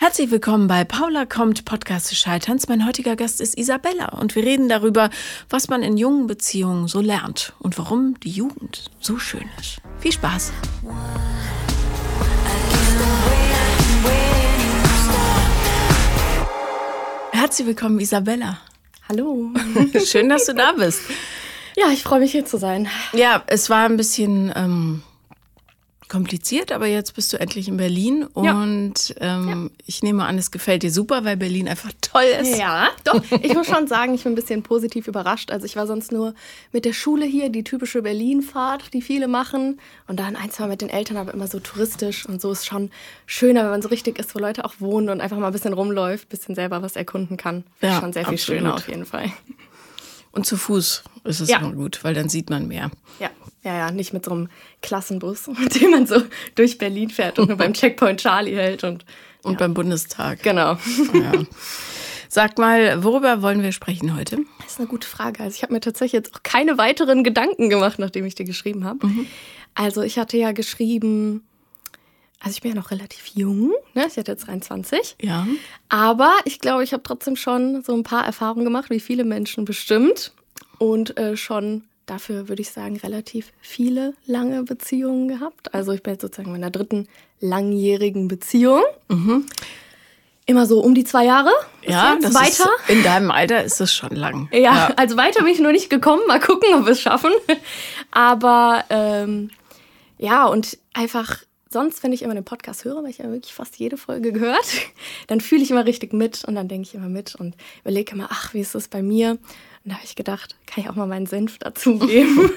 Herzlich willkommen bei Paula kommt, Podcast des Scheiterns. Mein heutiger Gast ist Isabella und wir reden darüber, was man in jungen Beziehungen so lernt und warum die Jugend so schön ist. Viel Spaß! Herzlich willkommen, Isabella. Hallo. Schön, dass du da bist. Ja, ich freue mich, hier zu sein. Ja, es war ein bisschen kompliziert, aber jetzt bist du endlich in Berlin und ich nehme an, es gefällt dir super, weil Berlin einfach toll ist. Ja, doch. Ich muss schon sagen, ich bin ein bisschen positiv überrascht. Also ich war sonst nur mit der Schule hier, die typische Berlin-Fahrt, die viele machen. Und dann ein, zwei mit den Eltern, aber immer so touristisch. Und so ist schon schöner, wenn man so richtig ist, wo Leute auch wohnen und einfach mal ein bisschen rumläuft, ein bisschen selber was erkunden kann. Ja, schon sehr viel schöner auf jeden Fall. Und zu Fuß ist es immer gut, weil dann sieht man mehr. Ja, nicht mit so einem Klassenbus, mit dem man so durch Berlin fährt und nur beim Checkpoint Charlie hält. Und beim Bundestag. Genau. Ja. Sag mal, worüber wollen wir sprechen heute? Das ist eine gute Frage. Also ich habe mir tatsächlich jetzt auch keine weiteren Gedanken gemacht, nachdem ich dir geschrieben habe. Also ich hatte ja geschrieben, also ich bin ja noch relativ jung, ne? Ich hatte jetzt 23. Ja. Aber ich glaube, ich habe trotzdem schon so ein paar Erfahrungen gemacht, wie viele Menschen bestimmt. Und schon dafür, würde ich sagen, relativ viele lange Beziehungen gehabt. Also ich bin jetzt sozusagen in meiner 3. langjährigen Beziehung. Immer so um die 2 Jahre. Ja, das weiter. In deinem Alter ist das schon lang. Ja, also weiter bin ich noch nicht gekommen. Mal gucken, ob wir es schaffen. Aber und einfach sonst, wenn ich immer den Podcast höre, weil ich ja wirklich fast jede Folge gehört, dann fühle ich immer richtig mit und dann denke ich immer mit und überlege immer, ach, wie ist das bei mir? Und da habe ich gedacht, kann ich auch mal meinen Senf dazugeben.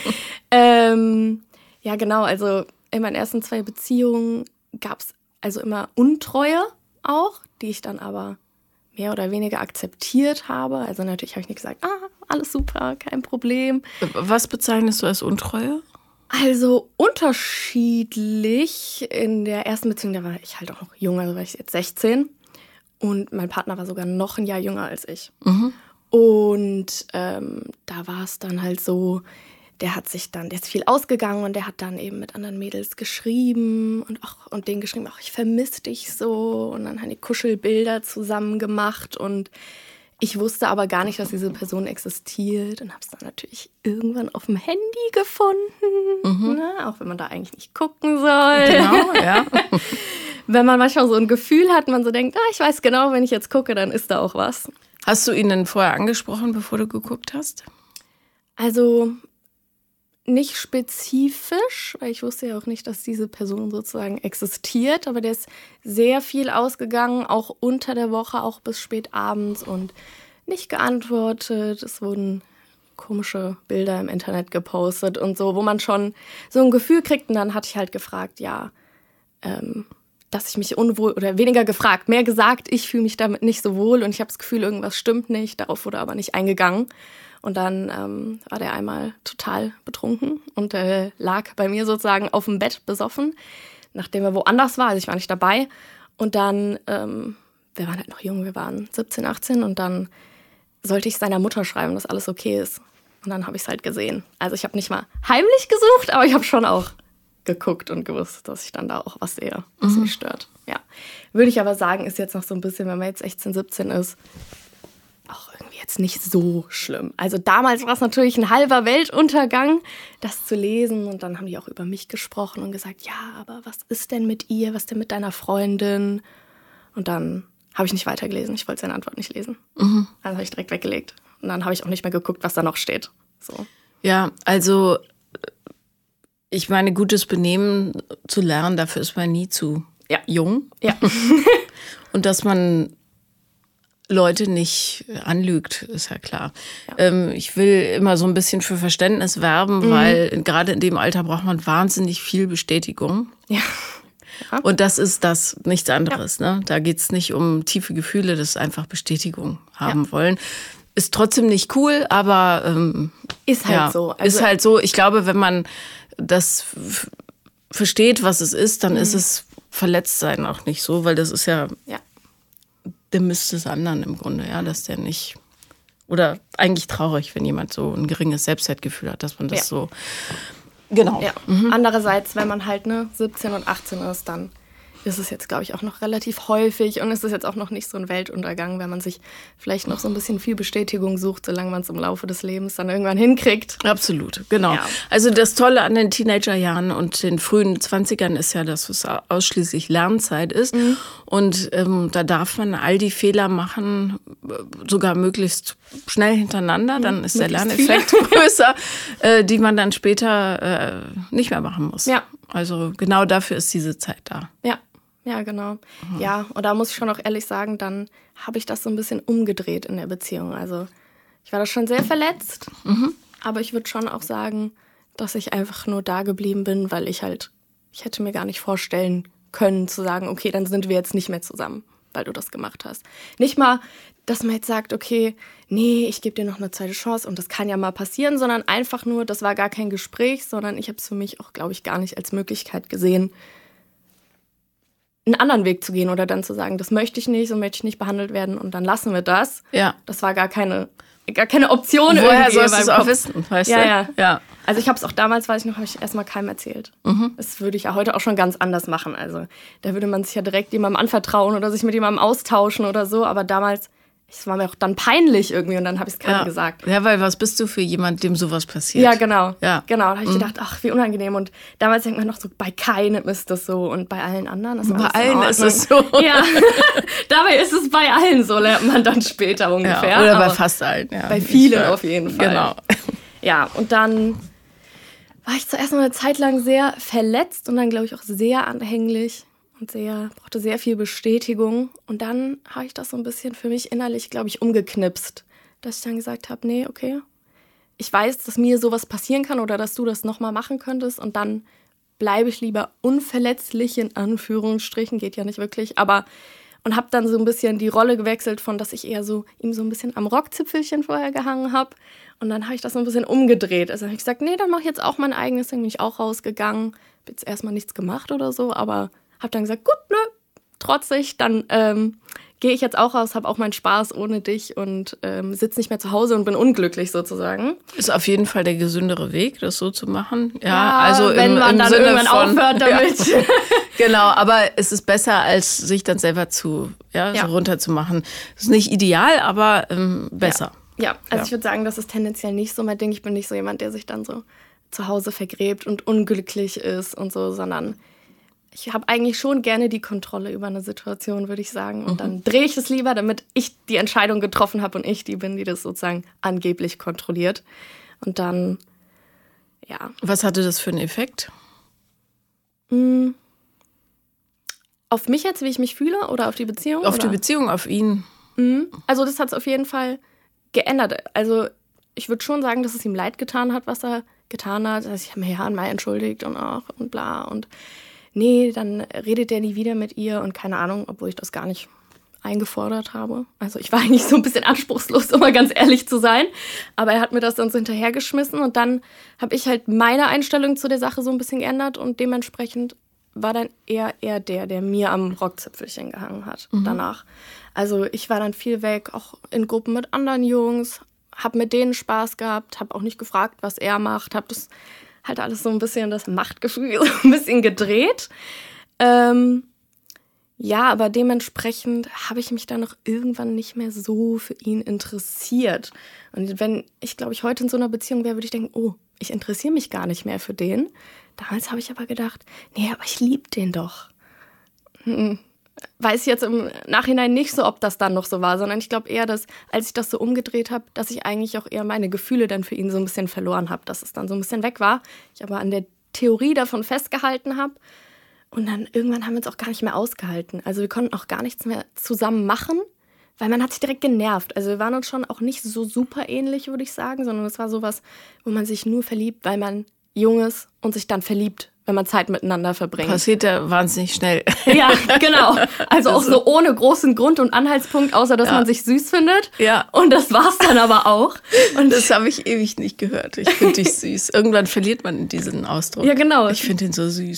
Ja, genau, also in meinen ersten 2 Beziehungen gab es also immer Untreue auch, die ich dann aber mehr oder weniger akzeptiert habe. Also natürlich habe ich nicht gesagt, alles super, kein Problem. Was bezeichnest du als Untreue? Also unterschiedlich. In der ersten Beziehung, da war ich halt auch noch jung, also war ich jetzt 16. Und mein Partner war sogar noch ein Jahr jünger als ich. Und da war es dann halt so, der ist viel ausgegangen und der hat dann eben mit anderen Mädels geschrieben und denen geschrieben, ach, ich vermisse dich so. Und dann haben die Kuschelbilder zusammen gemacht und ich wusste aber gar nicht, dass diese Person existiert und habe es dann natürlich irgendwann auf dem Handy gefunden, ne? Auch wenn man da eigentlich nicht gucken soll. Genau, ja. Wenn man manchmal so ein Gefühl hat, man so denkt, ich weiß genau, wenn ich jetzt gucke, dann ist da auch was. Hast du ihn denn vorher angesprochen, bevor du geguckt hast? Also nicht spezifisch, weil ich wusste ja auch nicht, dass diese Person sozusagen existiert, aber der ist sehr viel ausgegangen, auch unter der Woche, auch bis spät abends und nicht geantwortet. Es wurden komische Bilder im Internet gepostet und so, wo man schon so ein Gefühl kriegt. Und dann hatte ich halt gefragt, dass ich mich unwohl, oder weniger gefragt, mehr gesagt, ich fühle mich damit nicht so wohl und ich habe das Gefühl, irgendwas stimmt nicht. Darauf wurde aber nicht eingegangen. Und dann war der einmal total betrunken und lag bei mir sozusagen auf dem Bett besoffen, nachdem er woanders war. Also ich war nicht dabei. Und dann, wir waren halt noch jung, wir waren 17, 18 und dann sollte ich seiner Mutter schreiben, dass alles okay ist. Und dann habe ich es halt gesehen. Also ich habe nicht mal heimlich gesucht, aber ich habe schon auch geguckt und gewusst, dass ich dann da auch was sehe, was mich stört. Ja, würde ich aber sagen, ist jetzt noch so ein bisschen, wenn man jetzt 16, 17 ist, auch irgendwie jetzt nicht so schlimm. Also damals war es natürlich ein halber Weltuntergang, das zu lesen. Und dann haben die auch über mich gesprochen und gesagt, ja, aber was ist denn mit ihr? Was denn mit deiner Freundin? Und dann habe ich nicht weitergelesen. Ich wollte seine Antwort nicht lesen. Also habe ich direkt weggelegt. Und dann habe ich auch nicht mehr geguckt, was da noch steht. So. Ja, also ich meine, gutes Benehmen zu lernen, dafür ist man nie zu jung. Ja. Und dass man Leute nicht anlügt, ist ja klar. Ja. Ich will immer so ein bisschen für Verständnis werben, weil gerade in dem Alter braucht man wahnsinnig viel Bestätigung. Ja. Und das ist das, nichts anderes. Ne? Da geht es nicht um tiefe Gefühle, das ist einfach Bestätigung haben wollen. Ist trotzdem nicht cool, aber ist halt so. Also, ist halt so. Ich glaube, wenn man das versteht, was es ist, dann ist es Verletztsein auch nicht so, weil das ist ja der Mist des anderen im Grunde, dass der nicht, oder eigentlich traurig, wenn jemand so ein geringes Selbstwertgefühl hat, dass man das so, genau. Ja. Andererseits, wenn man halt 17 und 18 ist, dann ist es jetzt, glaube ich, auch noch relativ häufig und es ist jetzt auch noch nicht so ein Weltuntergang, wenn man sich vielleicht noch so ein bisschen viel Bestätigung sucht, solange man es im Laufe des Lebens dann irgendwann hinkriegt. Absolut, genau. Ja. Also das Tolle an den Teenagerjahren und den frühen 20ern ist ja, dass es ausschließlich Lernzeit ist. Und da darf man all die Fehler machen, sogar möglichst schnell hintereinander. Dann ist der Lerneffekt größer, die man dann später nicht mehr machen muss. Ja. Also genau dafür ist diese Zeit da. Ja, genau. Ja, und da muss ich schon auch ehrlich sagen, dann habe ich das so ein bisschen umgedreht in der Beziehung. Also ich war da schon sehr verletzt, aber ich würde schon auch sagen, dass ich einfach nur da geblieben bin, weil ich hätte mir gar nicht vorstellen können zu sagen, okay, dann sind wir jetzt nicht mehr zusammen, weil du das gemacht hast. Nicht mal, dass man jetzt sagt, okay, nee, ich gebe dir noch eine zweite Chance und das kann ja mal passieren, sondern einfach nur, das war gar kein Gespräch, sondern ich habe es für mich auch, glaube ich, gar nicht als Möglichkeit gesehen, einen anderen Weg zu gehen oder dann zu sagen, das möchte ich nicht, so möchte ich nicht behandelt werden und dann lassen wir das. Ja. Das war gar keine Option. Woher sollst du es auch wissen, weißt du? Ja. Also ich habe es auch damals, weiß ich noch, habe ich erstmal keinem erzählt. Das würde ich ja heute auch schon ganz anders machen. Also da würde man sich ja direkt jemandem anvertrauen oder sich mit jemandem austauschen oder so. Aber damals, es war mir auch dann peinlich irgendwie und dann habe ich es keinem gesagt. Ja, weil was bist du für jemand, dem sowas passiert? Ja, genau. Da habe ich gedacht, ach, wie unangenehm. Und damals denkt man noch so, bei keinem ist das so und bei allen anderen ist bei allen ist es so. Ja, dabei ist es bei allen so, lernt man dann später ungefähr. Ja, oder bei fast allen, ja. Bei vielen auf jeden Fall. Genau. Ja, und dann war ich zuerst mal eine Zeit lang sehr verletzt und dann, glaube ich, auch sehr anhänglich. Und brauchte sehr viel Bestätigung. Und dann habe ich das so ein bisschen für mich innerlich, glaube ich, umgeknipst. Dass ich dann gesagt habe, nee, okay, ich weiß, dass mir sowas passieren kann oder dass du das nochmal machen könntest. Und dann bleibe ich lieber unverletzlich, in Anführungsstrichen, geht ja nicht wirklich. Und habe dann so ein bisschen die Rolle gewechselt von, dass ich eher so ihm so ein bisschen am Rockzipfelchen vorher gehangen habe. Und dann habe ich das so ein bisschen umgedreht. Also habe ich gesagt, nee, dann mache ich jetzt auch mein eigenes Ding. Bin ich auch rausgegangen. Habe jetzt erstmal nichts gemacht oder so, aber habe dann gesagt, gut, nö, trotzig, dann gehe ich jetzt auch raus, habe auch meinen Spaß ohne dich und sitze nicht mehr zu Hause und bin unglücklich sozusagen. Ist auf jeden Fall der gesündere Weg, das so zu machen. Ja, also wenn man dann Sinne irgendwann aufhört damit. Ja. Genau, aber es ist besser, als sich dann selber so runterzumachen. Ist nicht ideal, aber besser. Ja, also ich würde sagen, das ist tendenziell nicht so mein Ding. Ich bin nicht so jemand, der sich dann so zu Hause vergräbt und unglücklich ist und so, sondern ich habe eigentlich schon gerne die Kontrolle über eine Situation, würde ich sagen. Und dann drehe ich es lieber, damit ich die Entscheidung getroffen habe und ich die bin, die das sozusagen angeblich kontrolliert. Und dann, ja. Was hatte das für einen Effekt? Auf mich jetzt, wie ich mich fühle oder auf die Beziehung? Auf die Beziehung, auf ihn. Also das hat es auf jeden Fall geändert. Also ich würde schon sagen, dass es ihm leid getan hat, was er getan hat. Also ich habe mich einmal entschuldigt und auch und bla und nee, dann redet der nie wieder mit ihr und keine Ahnung, obwohl ich das gar nicht eingefordert habe. Also ich war eigentlich so ein bisschen anspruchslos, um mal ganz ehrlich zu sein. Aber er hat mir das dann so hinterhergeschmissen und dann habe ich halt meine Einstellung zu der Sache so ein bisschen geändert und dementsprechend war dann eher der mir am Rockzipfelchen gehangen hat danach. Also ich war dann viel weg, auch in Gruppen mit anderen Jungs, habe mit denen Spaß gehabt, habe auch nicht gefragt, was er macht, habe das halt alles so ein bisschen das Machtgefühl so ein bisschen gedreht. Ja, aber dementsprechend habe ich mich dann noch irgendwann nicht mehr so für ihn interessiert. Und wenn ich, glaube ich, heute in so einer Beziehung wäre, würde ich denken, oh, ich interessiere mich gar nicht mehr für den. Damals habe ich aber gedacht, nee, aber ich liebe den doch. Weiß ich jetzt im Nachhinein nicht so, ob das dann noch so war, sondern ich glaube eher, dass, als ich das so umgedreht habe, dass ich eigentlich auch eher meine Gefühle dann für ihn so ein bisschen verloren habe, dass es dann so ein bisschen weg war. Ich aber an der Theorie davon festgehalten habe und dann irgendwann haben wir uns auch gar nicht mehr ausgehalten. Also wir konnten auch gar nichts mehr zusammen machen, weil man hat sich direkt genervt. Also wir waren uns schon auch nicht so super ähnlich, würde ich sagen, sondern es war sowas, wo man sich nur verliebt, weil man jung ist und sich dann verliebt, wenn man Zeit miteinander verbringt. Passiert ja wahnsinnig schnell. Ja, genau. Also auch so ohne großen Grund und Anhaltspunkt, außer dass man sich süß findet. Ja. Und das war's dann aber auch. Und das habe ich ewig nicht gehört. Ich finde dich süß. Irgendwann verliert man diesen Ausdruck. Ja, genau. Ich finde ihn so süß.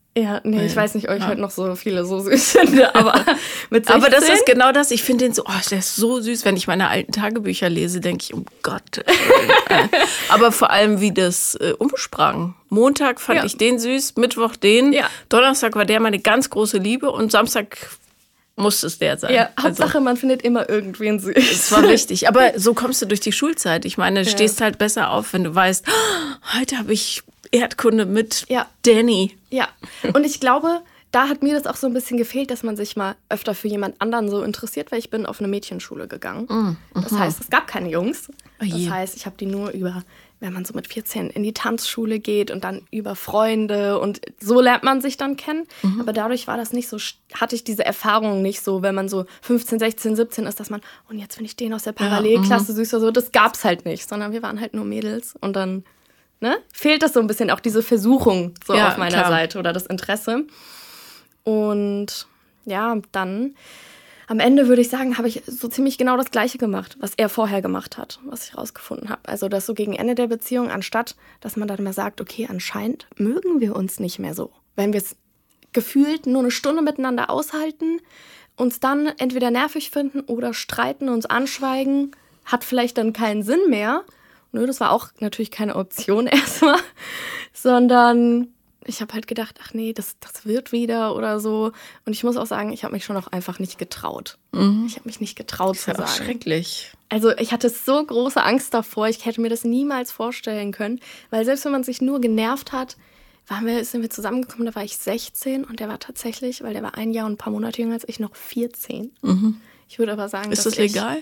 Ja, nee, ich weiß nicht, ob ich halt noch so viele so süß finde, aber mit 16... Aber das ist genau das, ich finde den so, der ist so süß. Wenn ich meine alten Tagebücher lese, denke ich, um Gott. Aber vor allem, wie das umsprang. Montag fand ich den süß, Mittwoch den, Donnerstag war der meine ganz große Liebe und Samstag musste es der sein. Ja, Hauptsache, man findet immer irgendwen süß. Das war wichtig. Aber so kommst du durch die Schulzeit. Ich meine, du stehst halt besser auf, wenn du weißt, heute habe ich Erdkunde mit Danny. Ja, und ich glaube, da hat mir das auch so ein bisschen gefehlt, dass man sich mal öfter für jemand anderen so interessiert, weil ich bin auf eine Mädchenschule gegangen. Das heißt, es gab keine Jungs. Das heißt, ich habe die nur über, wenn man so mit 14 in die Tanzschule geht und dann über Freunde und so lernt man sich dann kennen. Aber dadurch war das nicht so, hatte ich diese Erfahrung nicht so, wenn man so 15, 16, 17 ist, dass man, und jetzt finde ich den aus der Parallelklasse süß oder so. Das gab's halt nicht, sondern wir waren halt nur Mädels und dann fehlt das so ein bisschen, auch diese Versuchung so auf meiner Seite oder das Interesse. Und ja, dann am Ende würde ich sagen, habe ich so ziemlich genau das Gleiche gemacht, was er vorher gemacht hat, was ich rausgefunden habe. Also das so gegen Ende der Beziehung, anstatt, dass man dann mal sagt, okay, anscheinend mögen wir uns nicht mehr so. Wenn wir es gefühlt nur eine Stunde miteinander aushalten, uns dann entweder nervig finden oder streiten, uns anschweigen, hat vielleicht dann keinen Sinn mehr. Nö, das war auch natürlich keine Option erstmal, sondern ich habe halt gedacht, ach nee, das wird wieder oder so. Und ich muss auch sagen, ich habe mich schon auch einfach nicht getraut. Ich habe mich nicht getraut zu sagen. Das ist ja schrecklich. Also ich hatte so große Angst davor, ich hätte mir das niemals vorstellen können, weil selbst wenn man sich nur genervt hat, sind wir zusammengekommen, da war ich 16 und der war tatsächlich, weil der war 1 Jahr und ein paar Monate jünger als ich, noch 14. Ich würde aber sagen, ist das legal?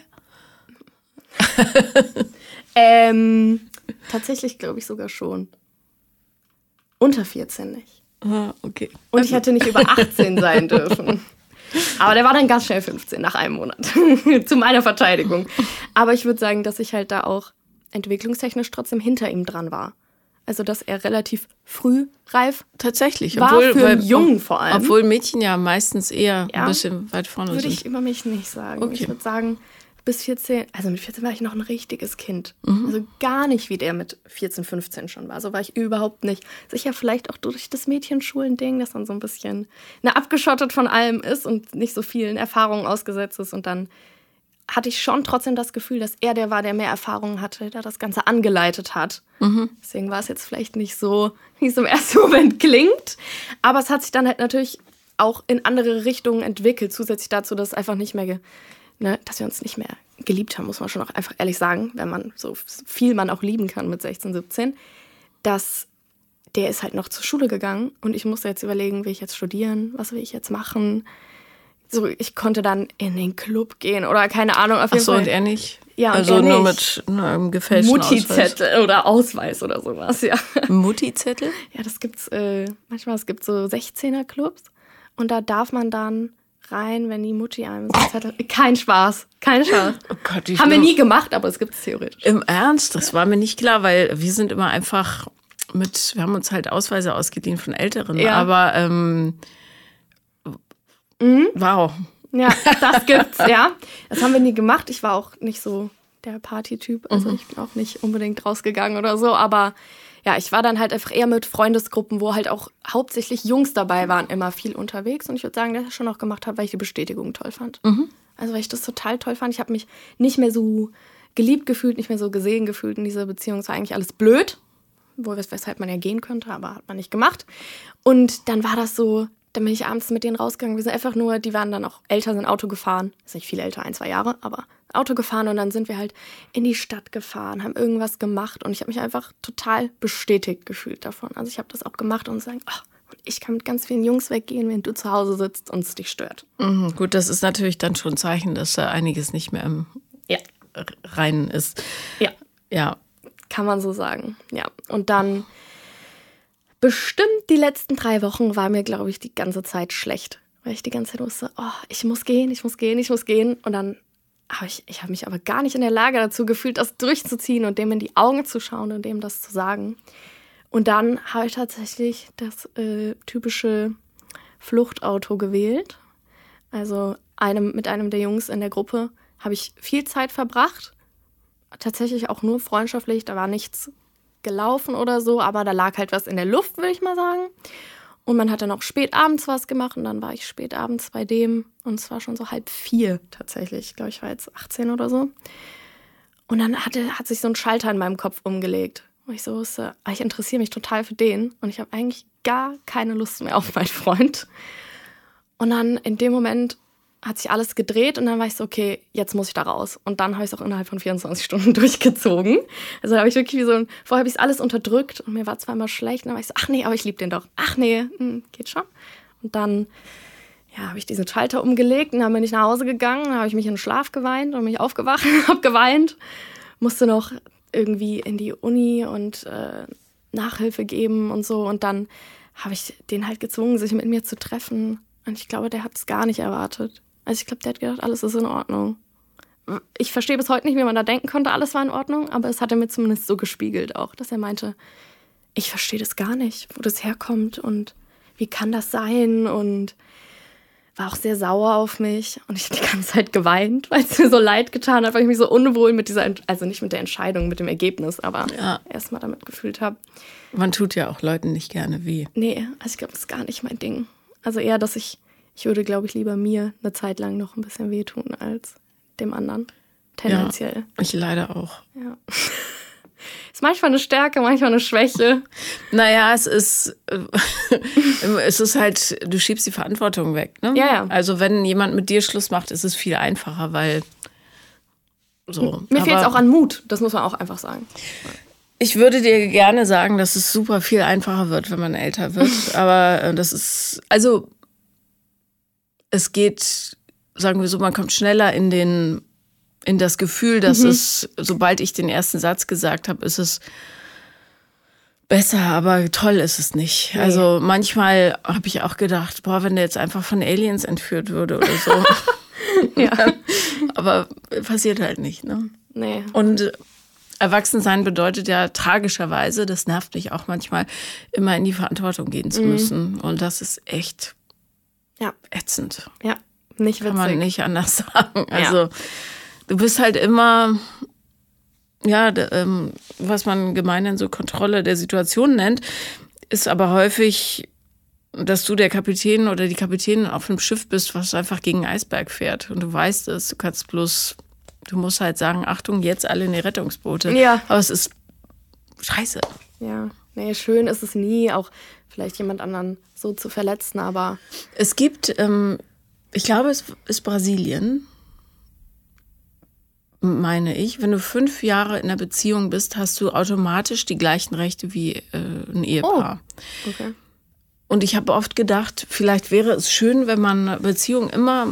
Tatsächlich glaube ich sogar schon. Unter 14 nicht. Okay. Und ich hätte nicht über 18 sein dürfen. Aber der war dann ganz schnell 15 nach einem Monat. Zu meiner Verteidigung. Aber ich würde sagen, dass ich halt da auch entwicklungstechnisch trotzdem hinter ihm dran war. Also, dass er relativ früh reif tatsächlich war, für einen Jungen vor allem. Obwohl Mädchen ja meistens eher ein bisschen weit vorne sind. Würde ich über mich nicht sagen. Okay. Ich würde sagen, bis 14, also mit 14 war ich noch ein richtiges Kind. Also gar nicht, wie der mit 14, 15 schon war. So war ich überhaupt nicht. Sicher vielleicht auch durch das Mädchenschulen-Ding, dass man so ein bisschen abgeschottet von allem ist und nicht so vielen Erfahrungen ausgesetzt ist. Und dann hatte ich schon trotzdem das Gefühl, dass er der war, der mehr Erfahrungen hatte, der das Ganze angeleitet hat. Deswegen war es jetzt vielleicht nicht so, wie es im ersten Moment klingt. Aber es hat sich dann halt natürlich auch in andere Richtungen entwickelt. Zusätzlich dazu, dass es einfach nicht mehr dass wir uns nicht mehr geliebt haben, muss man schon auch einfach ehrlich sagen, wenn man so viel man auch lieben kann mit 16, 17, dass der ist halt noch zur Schule gegangen und ich musste jetzt überlegen, will ich jetzt studieren, was will ich jetzt machen? So, ich konnte dann in den Club gehen oder keine Ahnung. Auf jeden Fall. Und er nicht? Ja, und also er nur nicht. Mit einem gefälschten Mutti-Zettel oder Ausweis oder sowas, ja. Mutti-Zettel? Ja, das gibt's manchmal, es gibt so 16er-Clubs und da darf man dann rein, wenn die Mutti einem so einen Zettel... Kein Spaß. Oh Gott, haben wir nie gemacht, aber es gibt es theoretisch. Im Ernst? Das war mir nicht klar, weil wir sind immer einfach wir haben uns halt Ausweise ausgeliehen von Älteren, aber wow. Ja, das gibt's, ja. Das haben wir nie gemacht. Ich war auch nicht so der Partytyp, also ich bin auch nicht unbedingt rausgegangen oder so, aber ja, ich war dann halt einfach eher mit Freundesgruppen, wo halt auch hauptsächlich Jungs dabei waren, immer viel unterwegs. Und ich würde sagen, dass ich das schon auch gemacht habe, weil ich die Bestätigung toll fand. Also weil ich das total toll fand. Ich habe mich nicht mehr so geliebt gefühlt, nicht mehr so gesehen gefühlt in dieser Beziehung. Es war eigentlich alles blöd, weshalb man ja gehen könnte, aber hat man nicht gemacht. Und dann war das so, dann bin ich abends mit denen rausgegangen. Wir sind einfach nur, die waren dann auch älter, sind Auto gefahren. Ist nicht viel älter, 1, 2 Jahre, aber Auto gefahren und dann sind wir halt in die Stadt gefahren, haben irgendwas gemacht und ich habe mich einfach total bestätigt gefühlt davon. Also ich habe das auch gemacht und sagen, und ich kann mit ganz vielen Jungs weggehen, wenn du zu Hause sitzt und es dich stört. Gut, das ist natürlich dann schon ein Zeichen, dass da einiges nicht mehr im Reinen ist. Ja. Kann man so sagen, ja. Und dann bestimmt die letzten 3 Wochen war mir, glaube ich, die ganze Zeit schlecht. Weil ich die ganze Zeit wusste, ich muss gehen. Und dann ich habe mich aber gar nicht in der Lage dazu gefühlt, das durchzuziehen und dem in die Augen zu schauen und dem das zu sagen. Und dann habe ich tatsächlich das typische Fluchtauto gewählt. Also mit einem der Jungs in der Gruppe habe ich viel Zeit verbracht. Tatsächlich auch nur freundschaftlich, da war nichts gelaufen oder so, aber da lag halt was in der Luft, würde ich mal sagen. Und man hat dann auch spät abends was gemacht und dann war ich spät abends bei dem und es war schon so 3:30 tatsächlich. Ich glaube, ich war jetzt 18 oder so. Und dann hat sich so ein Schalter in meinem Kopf umgelegt. Und ich so wusste, ich interessiere mich total für den und ich habe eigentlich gar keine Lust mehr auf meinen Freund. Und dann in dem Moment hat sich alles gedreht und dann war ich so, okay, jetzt muss ich da raus. Und dann habe ich es auch innerhalb von 24 Stunden durchgezogen. Also da habe ich wirklich vorher habe ich es alles unterdrückt und mir war zweimal schlecht. Und dann war ich so, ach nee, aber ich liebe den doch. Ach nee, geht schon. Und dann habe ich diesen Schalter umgelegt und dann bin ich nach Hause gegangen. Dann habe ich mich in den Schlaf geweint und mich aufgewacht und habe geweint. Musste noch irgendwie in die Uni und Nachhilfe geben und so. Und dann habe ich den halt gezwungen, sich mit mir zu treffen. Und ich glaube, der hat es gar nicht erwartet. Also ich glaube, der hat gedacht, alles ist in Ordnung. Ich verstehe bis heute nicht, wie man da denken konnte, alles war in Ordnung. Aber es hat er mir zumindest so gespiegelt auch, dass er meinte, ich verstehe das gar nicht, wo das herkommt und wie kann das sein? Und war auch sehr sauer auf mich. Und ich habe die ganze Zeit geweint, weil es mir so leid getan hat, weil ich mich so unwohl mit also nicht mit der Entscheidung, mit dem Ergebnis, aber erstmal damit gefühlt habe. Man tut ja auch Leuten nicht gerne weh. Nee, also ich glaube, das ist gar nicht mein Ding. Also eher, dass ich würde, glaube ich, lieber mir eine Zeit lang noch ein bisschen wehtun als dem anderen. Tendenziell. Ja, ich leider auch. Ja. Ist manchmal eine Stärke, manchmal eine Schwäche. Naja, es ist halt, du schiebst die Verantwortung weg. Ne? Ja. Also wenn jemand mit dir Schluss macht, ist es viel einfacher, weil so. Mir fehlt es auch an Mut, das muss man auch einfach sagen. Ich würde dir gerne sagen, dass es super viel einfacher wird, wenn man älter wird. Aber das ist, also es geht, sagen wir so, man kommt schneller in das Gefühl, dass es, sobald ich den ersten Satz gesagt habe, ist es besser, aber toll ist es nicht. Nee. Also manchmal habe ich auch gedacht, wenn der jetzt einfach von Aliens entführt würde oder so. Ja. Aber passiert halt nicht, ne? Nee. Und Erwachsensein bedeutet ja tragischerweise, das nervt mich auch manchmal, immer in die Verantwortung gehen zu müssen. Und das ist echt ätzend. Ja, nicht witzig. Kann man nicht anders sagen. Also du bist halt immer, was man gemeinhin so Kontrolle der Situation nennt, ist aber häufig, dass du der Kapitän oder die Kapitänin auf einem Schiff bist, was einfach gegen einen Eisberg fährt. Und du weißt es, du musst halt sagen, Achtung, jetzt alle in die Rettungsboote. Ja. Aber es ist scheiße. Ja, nee, schön ist es nie, auch vielleicht jemand anderen so zu verletzen, aber... Es gibt, ich glaube, es ist Brasilien, meine ich. Wenn du 5 Jahre in einer Beziehung bist, hast du automatisch die gleichen Rechte wie ein Ehepaar. Oh, okay. Und ich habe oft gedacht, vielleicht wäre es schön, wenn man Beziehungen immer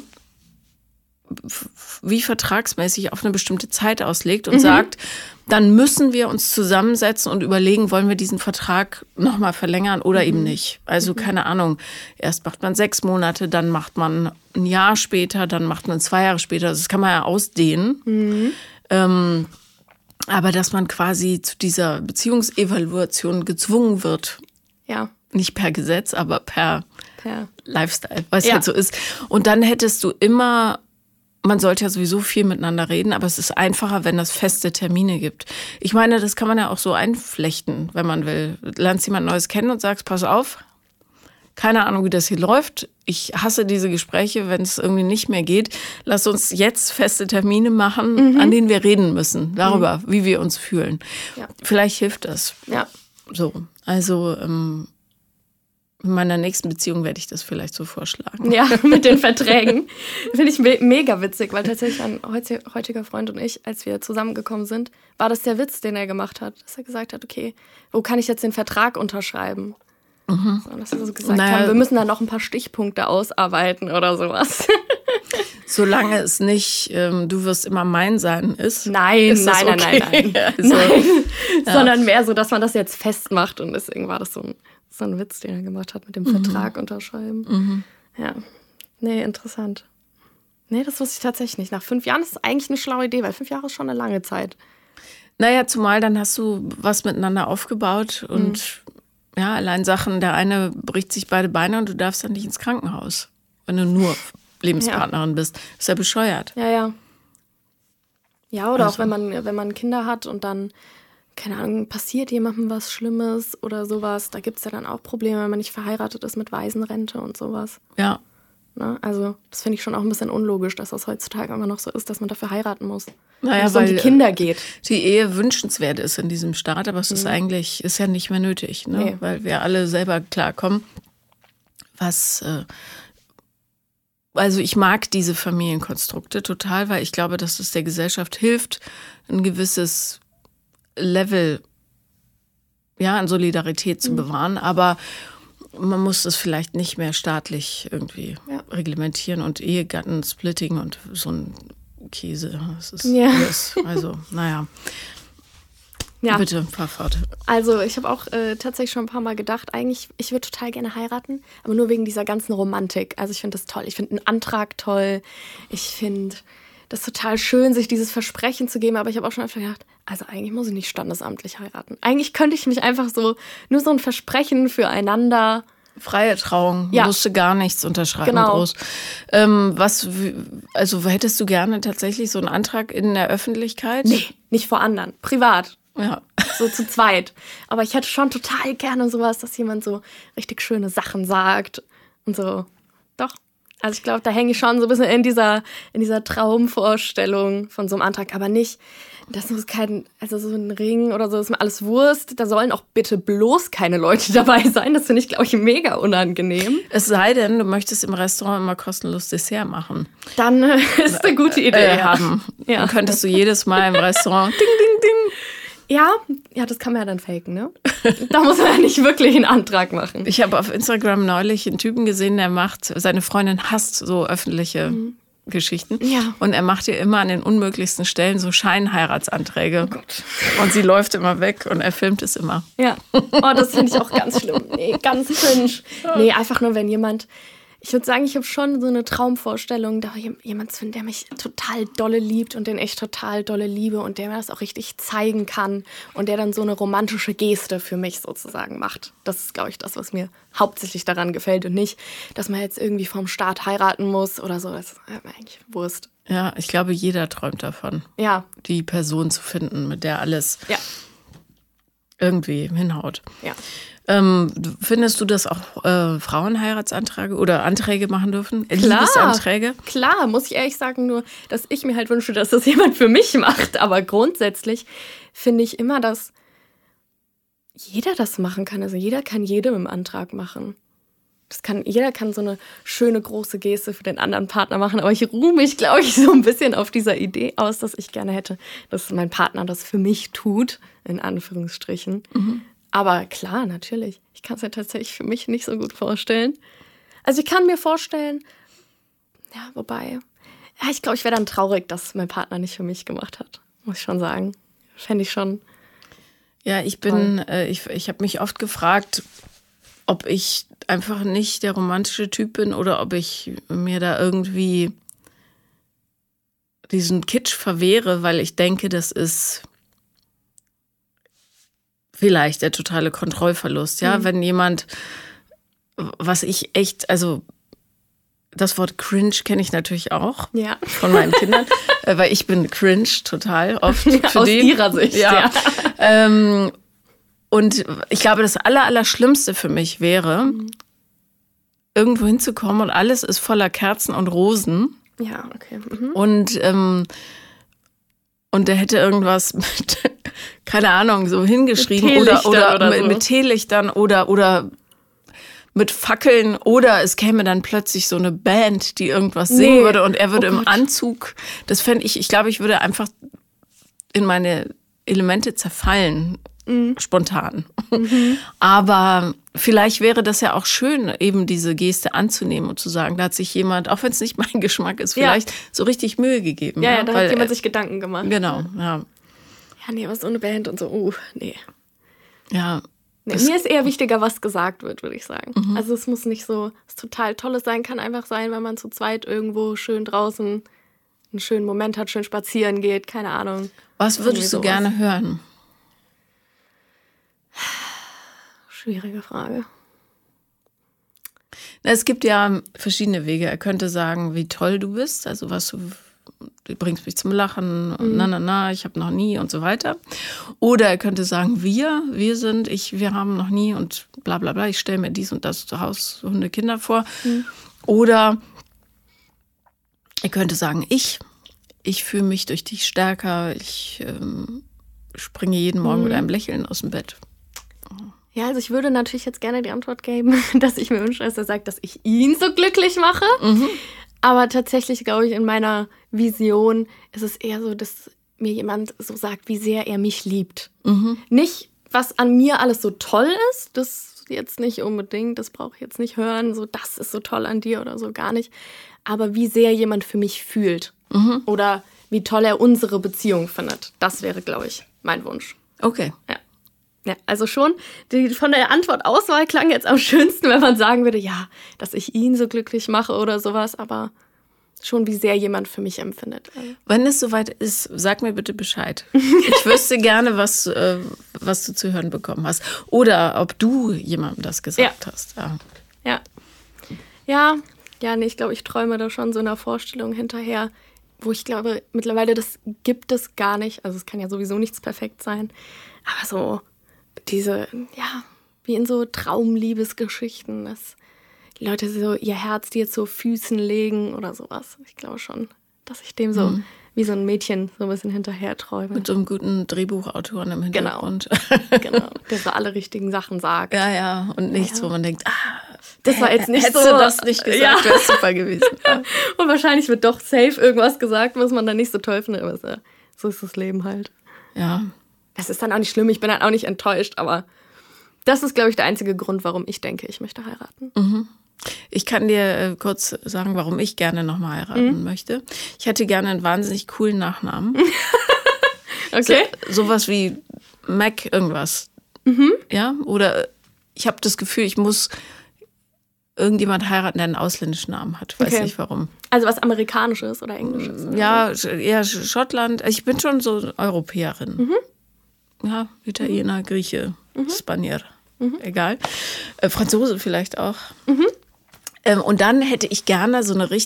wie vertragsmäßig auf eine bestimmte Zeit auslegt und sagt, dann müssen wir uns zusammensetzen und überlegen, wollen wir diesen Vertrag nochmal verlängern oder eben nicht. Also keine Ahnung, erst macht man 6 Monate, dann macht man ein Jahr später, dann macht man 2 Jahre später. Das kann man ja ausdehnen. Aber dass man quasi zu dieser Beziehungsevaluation gezwungen wird. Ja. Nicht per Gesetz, aber per Lifestyle, weil es halt so ist. Und dann hättest du immer... Man sollte ja sowieso viel miteinander reden, aber es ist einfacher, wenn es feste Termine gibt. Ich meine, das kann man ja auch so einflechten, wenn man will. Du lernst jemand Neues kennen und sagst, pass auf, keine Ahnung, wie das hier läuft. Ich hasse diese Gespräche, wenn es irgendwie nicht mehr geht. Lass uns jetzt feste Termine machen, an denen wir reden müssen, darüber, wie wir uns fühlen. Ja. Vielleicht hilft das. Ja. So, also... in meiner nächsten Beziehung werde ich das vielleicht so vorschlagen. Ja, mit den Verträgen. Finde ich mega witzig, weil tatsächlich ein heutiger Freund und ich, als wir zusammengekommen sind, war das der Witz, den er gemacht hat. Dass er gesagt hat, okay, wo kann ich jetzt den Vertrag unterschreiben? So, dass wir so gesagt haben, wir müssen da noch ein paar Stichpunkte ausarbeiten oder sowas. Solange es nicht, du wirst immer mein sein ist. Nein. Also, sondern mehr so, dass man das jetzt festmacht. Und deswegen war das so ein Witz, den er gemacht hat mit dem Vertrag unterschreiben. Ja, nee, interessant. Nee, das wusste ich tatsächlich nicht. Nach 5 Jahren ist es eigentlich eine schlaue Idee, weil 5 Jahre ist schon eine lange Zeit. Naja, zumal dann hast du was miteinander aufgebaut und allein Sachen, der eine bricht sich beide Beine und du darfst dann nicht ins Krankenhaus, wenn du nur Lebenspartnerin bist. Ist ja bescheuert. Ja. Ja, oder also. Auch wenn man Kinder hat und dann keine Ahnung, passiert jemandem was Schlimmes oder sowas, da gibt es ja dann auch Probleme, wenn man nicht verheiratet ist mit Waisenrente und sowas. Ja. Ne? Also das finde ich schon auch ein bisschen unlogisch, dass das heutzutage immer noch so ist, dass man dafür heiraten muss. Naja, wenn es um die Kinder geht. Die Ehe wünschenswert ist in diesem Staat, aber es ist ist ja nicht mehr nötig, ne? Nee. Weil wir alle selber klarkommen. Also ich mag diese Familienkonstrukte total, weil ich glaube, dass es der Gesellschaft hilft, ein gewisses Level an Solidarität zu bewahren, aber man muss das vielleicht nicht mehr staatlich irgendwie reglementieren und Ehegattensplitting und so ein Käse. Das ist alles. Also, naja. Ja. Bitte, fahr fort. Also ich habe auch tatsächlich schon ein paar Mal gedacht, eigentlich, ich würde total gerne heiraten, aber nur wegen dieser ganzen Romantik. Also ich finde das toll. Ich finde einen Antrag toll. Ich finde das total schön, sich dieses Versprechen zu geben. Aber ich habe auch schon öfter gedacht, also eigentlich muss ich nicht standesamtlich heiraten. Eigentlich könnte ich mich einfach nur so ein Versprechen füreinander. Freie Trauung, musste gar nichts unterschreiben. Genau. Groß. Also hättest du gerne tatsächlich so einen Antrag in der Öffentlichkeit? Nee, nicht vor anderen, privat. Ja. So zu zweit. Aber ich hätte schon total gerne sowas, dass jemand so richtig schöne Sachen sagt und so. Doch. Also ich glaube, da hänge ich schon so ein bisschen in dieser Traumvorstellung von so einem Antrag. Aber nicht, das muss so ein Ring oder so, ist mir alles Wurst. Da sollen auch bitte bloß keine Leute dabei sein. Das finde ich, glaube ich, mega unangenehm. Es sei denn, du möchtest im Restaurant immer kostenlos Dessert machen. Dann ist eine gute Idee. Haben. Ja. Dann könntest du jedes Mal im Restaurant ding, ding, ding. Ja, das kann man ja dann faken, ne? Da muss man ja nicht wirklich einen Antrag machen. Ich habe auf Instagram neulich einen Typen gesehen, seine Freundin hasst so öffentliche Geschichten. Ja. Und er macht ihr immer an den unmöglichsten Stellen so Scheinheiratsanträge. Oh Gott. Und sie läuft immer weg und er filmt es immer. Ja. Oh, das finde ich auch ganz schlimm. Nee, ganz cringe. Nee, einfach nur, wenn jemand... Ich würde sagen, ich habe schon so eine Traumvorstellung, da jemand zu finden, der mich total dolle liebt und den ich total dolle liebe und der mir das auch richtig zeigen kann und der dann so eine romantische Geste für mich sozusagen macht. Das ist, glaube ich, das, was mir hauptsächlich daran gefällt und nicht, dass man jetzt irgendwie vom Staat heiraten muss oder so. Das ist mir eigentlich Wurst. Ja, ich glaube, jeder träumt davon, die Person zu finden, mit der alles irgendwie hinhaut. Ja. Findest du, dass auch Frauen Heiratsanträge oder Anträge machen dürfen? Klar, Liebesanträge? Klar, muss ich ehrlich sagen, nur, dass ich mir halt wünsche, dass das jemand für mich macht. Aber grundsätzlich finde ich immer, dass jeder das machen kann. Also jeder kann jedem einen Antrag machen. Jeder kann so eine schöne große Geste für den anderen Partner machen. Aber ich ruhe mich, glaube ich, so ein bisschen auf dieser Idee aus, dass ich gerne hätte, dass mein Partner das für mich tut, in Anführungsstrichen. Mhm. Aber klar, natürlich. Ich kann es ja tatsächlich für mich nicht so gut vorstellen. Also ich kann mir vorstellen, ich glaube, ich wäre dann traurig, dass mein Partner nicht für mich gemacht hat. Muss ich schon sagen. Fände ich schon. Ja, ich habe mich oft gefragt, ob ich einfach nicht der romantische Typ bin oder ob ich mir da irgendwie diesen Kitsch verwehre, weil ich denke, das ist vielleicht der totale Kontrollverlust, wenn jemand, was ich echt, also das Wort cringe kenne ich natürlich auch von meinen Kindern, weil ich bin cringe total oft. Aus ihrer Sicht, Und ich glaube, das Allerschlimmste für mich wäre, irgendwo hinzukommen und alles ist voller Kerzen und Rosen. Ja, okay. Und der hätte irgendwas mit, keine Ahnung, so hingeschrieben oder so. Mit Teelichtern oder mit Fackeln oder es käme dann plötzlich so eine Band, die irgendwas singen würde und er würde im Anzug, das fände ich glaube, ich würde einfach in meine Elemente zerfallen, spontan. Aber vielleicht wäre das ja auch schön, eben diese Geste anzunehmen und zu sagen, da hat sich jemand, auch wenn es nicht mein Geschmack ist, vielleicht so richtig Mühe gegeben. Ja, da hat jemand sich Gedanken gemacht. Genau, ja. Ja, nee, was so eine Band und so, nee. Ja. Nee, mir ist eher wichtiger, was gesagt wird, würde ich sagen. Mhm. Also es muss nicht so was total Tolles sein, kann einfach sein, wenn man zu zweit irgendwo schön draußen einen schönen Moment hat, schön spazieren geht, keine Ahnung. Was würdest du gerne hören? Schwierige Frage. Es gibt ja verschiedene Wege. Er könnte sagen, wie toll du bist, also was du du bringst mich zum Lachen, und ich habe noch nie und so weiter. Oder er könnte sagen, wir haben noch nie und bla bla bla, ich stelle mir dies und das zu Hause, Hunde, Kinder vor. Oder er könnte sagen, ich fühle mich durch dich stärker, ich springe jeden Morgen mit einem Lächeln aus dem Bett. Ja, also ich würde natürlich jetzt gerne die Antwort geben, dass ich mir wünsche, dass er sagt, dass ich ihn so glücklich mache. Aber tatsächlich, glaube ich, in meiner Vision ist es eher so, dass mir jemand so sagt, wie sehr er mich liebt. Nicht, was an mir alles so toll ist, das jetzt nicht unbedingt, das brauche ich jetzt nicht hören, so das ist so toll an dir oder so, gar nicht. Aber wie sehr jemand für mich fühlt. Oder wie toll er unsere Beziehung findet. Das wäre, glaube ich, mein Wunsch. Okay. Ja, also schon, von der Antwortauswahl klang jetzt am schönsten, wenn man sagen würde, ja, dass ich ihn so glücklich mache oder sowas, aber schon, wie sehr jemand für mich empfindet. Wenn es soweit ist, sag mir bitte Bescheid. Ich wüsste gerne, was du zu hören bekommen hast. Oder ob du jemandem das gesagt hast. Ja, nee, ich glaube, ich träume da schon so einer Vorstellung hinterher, wo ich glaube, mittlerweile, das gibt es gar nicht. Also es kann ja sowieso nichts perfekt sein. Aber so diese, wie in so Traumliebesgeschichten, dass die Leute so ihr Herz dir zu Füßen legen oder sowas. Ich glaube schon, dass ich dem so wie so ein Mädchen so ein bisschen hinterher träume. Mit so einem guten Drehbuchautoren im Hintergrund. Genau, der so alle richtigen Sachen sagt. Ja, und nichts, wo man denkt, das war jetzt nicht hättest so. du das nicht gesagt, wäre super gewesen. Und wahrscheinlich wird doch safe irgendwas gesagt, was man dann nicht so toll findet. Aber so ist das Leben halt. Ja. Das ist dann auch nicht schlimm, ich bin dann auch nicht enttäuscht, aber das ist, glaube ich, der einzige Grund, warum ich denke, ich möchte heiraten. Ich kann dir kurz sagen, warum ich gerne nochmal heiraten möchte. Ich hätte gerne einen wahnsinnig coolen Nachnamen. Okay. Sowas wie Mac irgendwas. Ja, oder ich habe das Gefühl, ich muss irgendjemand heiraten, der einen ausländischen Namen hat. Weiß nicht warum. Also was Amerikanisches oder Englisches? Oder ja, so? Eher Schottland. Ich bin schon so Europäerin. Ja, Italiener, Grieche, Spanier. Egal. Franzose vielleicht auch. Und dann hätte ich gerne so eine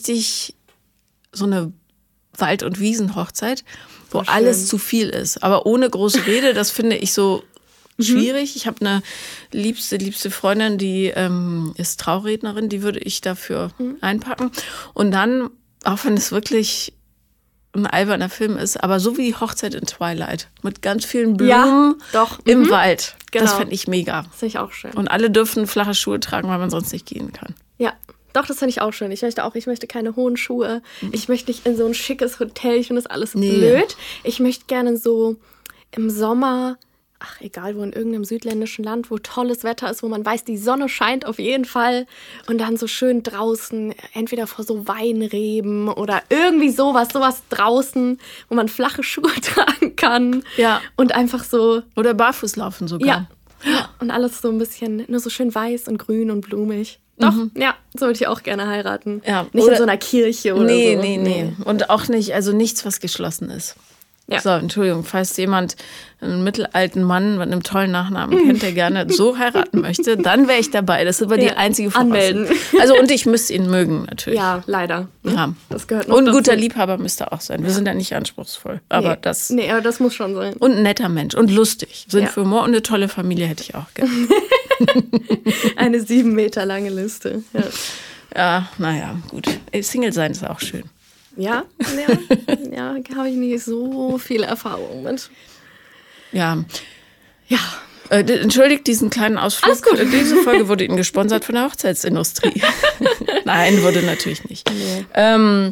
Wald- und Wiesenhochzeit, wo alles zu viel ist. Aber ohne große Rede, das finde ich so schwierig. Ich habe eine liebste Freundin, die ist Traurednerin, die würde ich dafür einpacken. Und dann, auch wenn es wirklich ein alberner Film ist, aber so wie die Hochzeit in Twilight, mit ganz vielen Blumen im Wald. Genau. Das fände ich mega. Das finde ich auch schön. Und alle dürfen flache Schuhe tragen, weil man sonst nicht gehen kann. Ja, doch, das finde ich auch schön. Ich möchte keine hohen Schuhe. Ich möchte nicht in so ein schickes Hotel. Ich finde das alles blöd. Ich möchte gerne so im Sommer, egal wo, in irgendeinem südländischen Land, wo tolles Wetter ist, wo man weiß, die Sonne scheint auf jeden Fall. Und dann so schön draußen, entweder vor so Weinreben oder irgendwie sowas draußen, wo man flache Schuhe tragen kann. Ja. Und einfach so. Oder barfuß laufen sogar. Ja. Und alles so ein bisschen, nur so schön weiß und grün und blumig. Doch, so würde ich auch gerne heiraten. Ja. Nicht in so einer Kirche oder so. Nee. Und auch nicht, also nichts, was geschlossen ist. Ja. So, Entschuldigung, falls jemand einen mittelalten Mann mit einem tollen Nachnamen kennt, der gerne so heiraten möchte, dann wäre ich dabei. Das ist aber die einzige Voraussetzung. Anmelden. Also und ich müsste ihn mögen, natürlich. Ja, leider. Ja. Das gehört noch und ein dazu. guter Liebhaber müsste auch sein. Wir sind ja nicht anspruchsvoll. Aber das muss schon sein. Und ein netter Mensch und lustig. Sinn für Humor und eine tolle Familie hätte ich auch gerne. Eine 7 Meter lange Liste. Ja, naja, gut. Single sein ist auch schön. Ja, habe ich nicht so viel Erfahrung mit. Ja. Entschuldigt diesen kleinen Ausflug. Alles gut. Diese Folge wurde Ihnen gesponsert von der Hochzeitsindustrie. Nein, wurde natürlich nicht. Nee.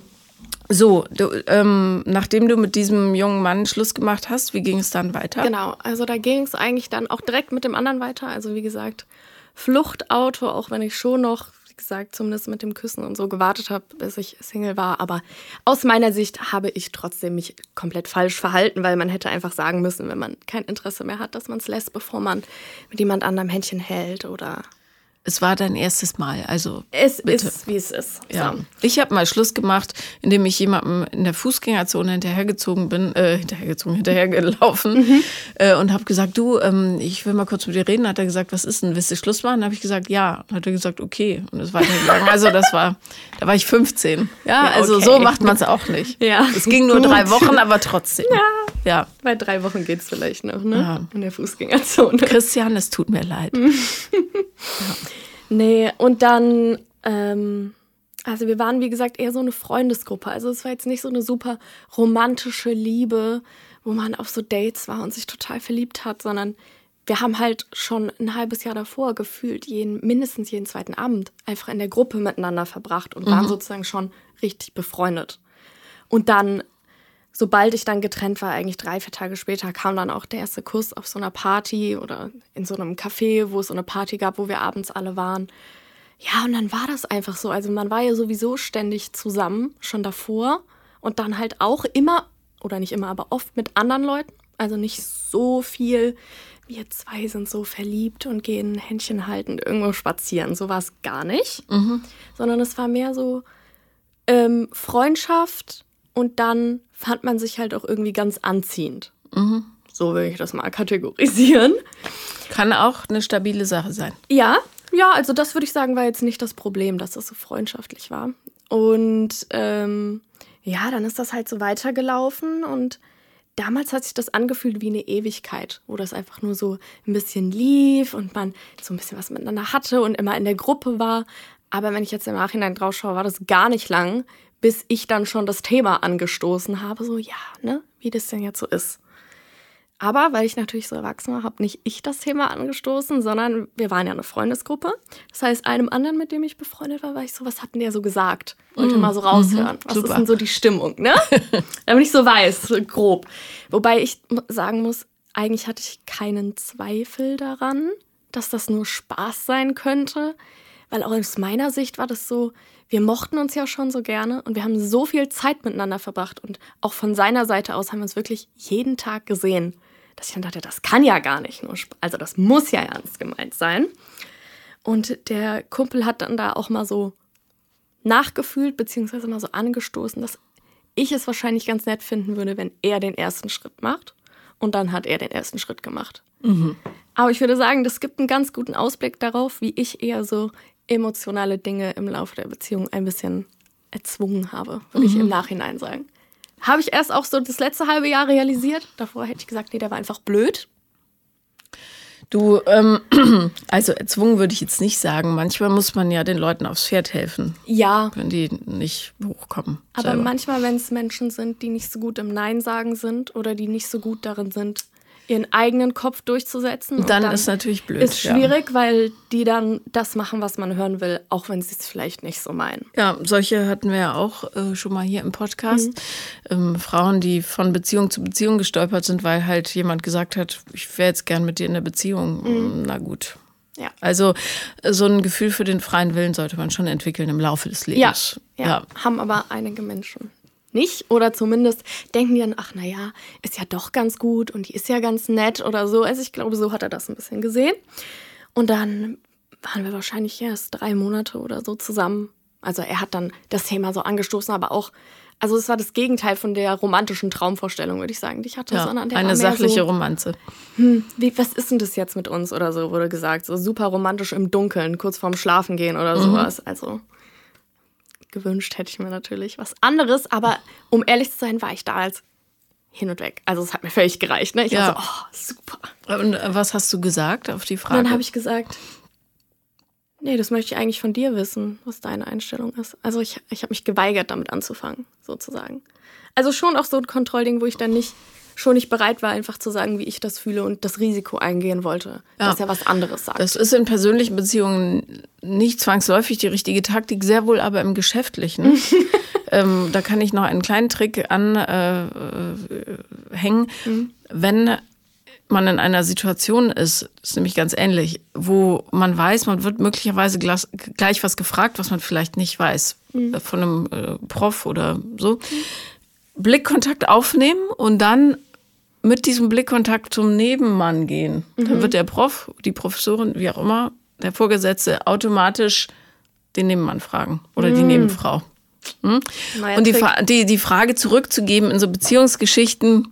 Nachdem du mit diesem jungen Mann Schluss gemacht hast, wie ging es dann weiter? Genau, also da ging es eigentlich dann auch direkt mit dem anderen weiter. Also wie gesagt, Fluchtauto, auch wenn ich schon noch, wie gesagt, zumindest mit dem Küssen und so gewartet habe, bis ich Single war. Aber aus meiner Sicht habe ich trotzdem mich komplett falsch verhalten, weil man hätte einfach sagen müssen, wenn man kein Interesse mehr hat, dass man es lässt, bevor man mit jemand anderem Händchen hält oder Es war dein erstes Mal, also Es bitte. ist, wie es ist. Ja. So. Ich habe mal Schluss gemacht, indem ich jemandem in der Fußgängerzone hinterhergelaufen und habe gesagt, du, ich will mal kurz mit dir reden. Hat er gesagt, was ist denn, willst du Schluss machen? Habe ich gesagt, ja. Hat er gesagt, okay. Und ist weitergegangen. Also da war ich 15. Ja, also okay. So macht man es auch nicht. Ja. Es ging nur 3 Wochen, aber trotzdem. Ja. Bei 3 Wochen geht es vielleicht noch, ne? Ja. In der Fußgängerzone. Christian, es tut mir leid. Nee, und dann, also wir waren, wie gesagt, eher so eine Freundesgruppe. Also es war jetzt nicht so eine super romantische Liebe, wo man auf so Dates war und sich total verliebt hat, sondern wir haben halt schon ein halbes Jahr davor gefühlt mindestens jeden zweiten Abend einfach in der Gruppe miteinander verbracht und waren sozusagen schon richtig befreundet. Und dann, sobald ich dann getrennt war, eigentlich 3-4 Tage später, kam dann auch der erste Kuss auf so einer Party oder in so einem Café, wo es so eine Party gab, wo wir abends alle waren. Ja, und dann war das einfach so. Also man war ja sowieso ständig zusammen, schon davor. Und dann halt auch immer, oder nicht immer, aber oft mit anderen Leuten. Also nicht so viel, wir 2 sind so verliebt und gehen Händchen haltend irgendwo spazieren. So war es gar nicht. Sondern es war mehr so Freundschaft und dann fand man sich halt auch irgendwie ganz anziehend. So würde ich das mal kategorisieren. Kann auch eine stabile Sache sein. Ja, also das würde ich sagen, war jetzt nicht das Problem, dass das so freundschaftlich war. Und dann ist das halt so weitergelaufen und damals hat sich das angefühlt wie eine Ewigkeit, wo das einfach nur so ein bisschen lief und man so ein bisschen was miteinander hatte und immer in der Gruppe war. Aber wenn ich jetzt im Nachhinein drauf schaue, war das gar nicht lang, bis ich dann schon das Thema angestoßen habe, so wie das denn jetzt so ist. Aber weil ich natürlich so erwachsen war, habe nicht ich das Thema angestoßen, sondern wir waren ja eine Freundesgruppe. Das heißt, einem anderen, mit dem ich befreundet war, ich so, was hat denn der so gesagt? Wollte mal so raushören. Was ist denn so die Stimmung, ne? Damit ich so weiß, so grob. Wobei ich sagen muss, eigentlich hatte ich keinen Zweifel daran, dass das nur Spaß sein könnte. Weil auch aus meiner Sicht war das so, wir mochten uns ja schon so gerne und wir haben so viel Zeit miteinander verbracht. Und auch von seiner Seite aus haben wir uns wirklich jeden Tag gesehen. Dass ich dann dachte, das kann ja gar nicht nur also das muss ja ernst gemeint sein. Und der Kumpel hat dann da auch mal so nachgefühlt, beziehungsweise mal so angestoßen, dass ich es wahrscheinlich ganz nett finden würde, wenn er den ersten Schritt macht. Und dann hat er den ersten Schritt gemacht. Aber ich würde sagen, das gibt einen ganz guten Ausblick darauf, wie ich eher so emotionale Dinge im Laufe der Beziehung ein bisschen erzwungen habe, würde ich im Nachhinein sagen. Habe ich erst auch so das letzte halbe Jahr realisiert. Davor hätte ich gesagt, nee, der war einfach blöd. Du, also erzwungen würde ich jetzt nicht sagen. Manchmal muss man ja den Leuten aufs Pferd helfen. Ja. Wenn die nicht hochkommen. Aber selber. manchmal, wenn es Menschen sind, die nicht so gut im Nein sagen sind oder die nicht so gut darin sind, ihren eigenen Kopf durchzusetzen. Dann ist natürlich blöd. Ist schwierig, weil die dann das machen, was man hören will, auch wenn sie es vielleicht nicht so meinen. Ja, solche hatten wir ja auch schon mal hier im Podcast. Frauen, die von Beziehung zu Beziehung gestolpert sind, weil halt jemand gesagt hat, ich wäre jetzt gern mit dir in der Beziehung. Na gut. Ja. Also so ein Gefühl für den freien Willen sollte man schon entwickeln im Laufe des Lebens. Ja. Haben aber einige Menschen nicht. Oder zumindest denken die dann, ach naja, ist ja doch ganz gut und die ist ja ganz nett oder so. Also ich glaube, so hat er das ein bisschen gesehen. Und dann waren wir wahrscheinlich erst 3 Monate oder so zusammen. Also er hat dann das Thema so angestoßen, aber auch, also es war das Gegenteil von der romantischen Traumvorstellung, würde ich sagen, die ich hatte. Sondern der eine war mehr sachliche so, Romanze. was ist denn das jetzt mit uns oder so, wurde gesagt. So super romantisch im Dunkeln, kurz vorm Schlafen gehen oder sowas. Also gewünscht hätte ich mir natürlich was anderes, aber um ehrlich zu sein, war ich da als hin und weg. Also es hat mir völlig gereicht. Ne? Ich war so, oh, super. Und was hast du gesagt auf die Frage? Und dann habe ich gesagt, nee, das möchte ich eigentlich von dir wissen, was deine Einstellung ist. Also ich habe mich geweigert, damit anzufangen, sozusagen. Also schon auch so ein Kontrollding, wo ich dann schon nicht bereit war, einfach zu sagen, wie ich das fühle und das Risiko eingehen wollte, dass er was anderes sagt. Das ist in persönlichen Beziehungen nicht zwangsläufig die richtige Taktik, sehr wohl aber im Geschäftlichen. Da kann ich noch einen kleinen Trick anhängen. Wenn man in einer Situation ist, das ist nämlich ganz ähnlich, wo man weiß, man wird möglicherweise gleich was gefragt, was man vielleicht nicht weiß, von einem Prof oder so. Blickkontakt aufnehmen und dann mit diesem Blickkontakt zum Nebenmann gehen. Dann wird der Prof, die Professorin, wie auch immer, der Vorgesetzte automatisch den Nebenmann fragen oder die Nebenfrau. Und die Frage zurückzugeben in so Beziehungsgeschichten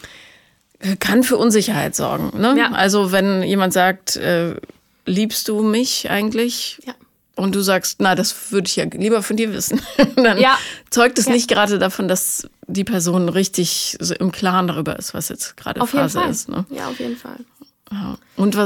kann für Unsicherheit sorgen. Ne? Ja. Also wenn jemand sagt, liebst du mich eigentlich? Ja. Und du sagst, na, das würde ich ja lieber von dir wissen. Dann zeugt es nicht gerade davon, dass die Person richtig so im Klaren darüber ist, was jetzt gerade auf Phase jeden Fall. ist. Ne? Ja, auf jeden Fall. Ja. Und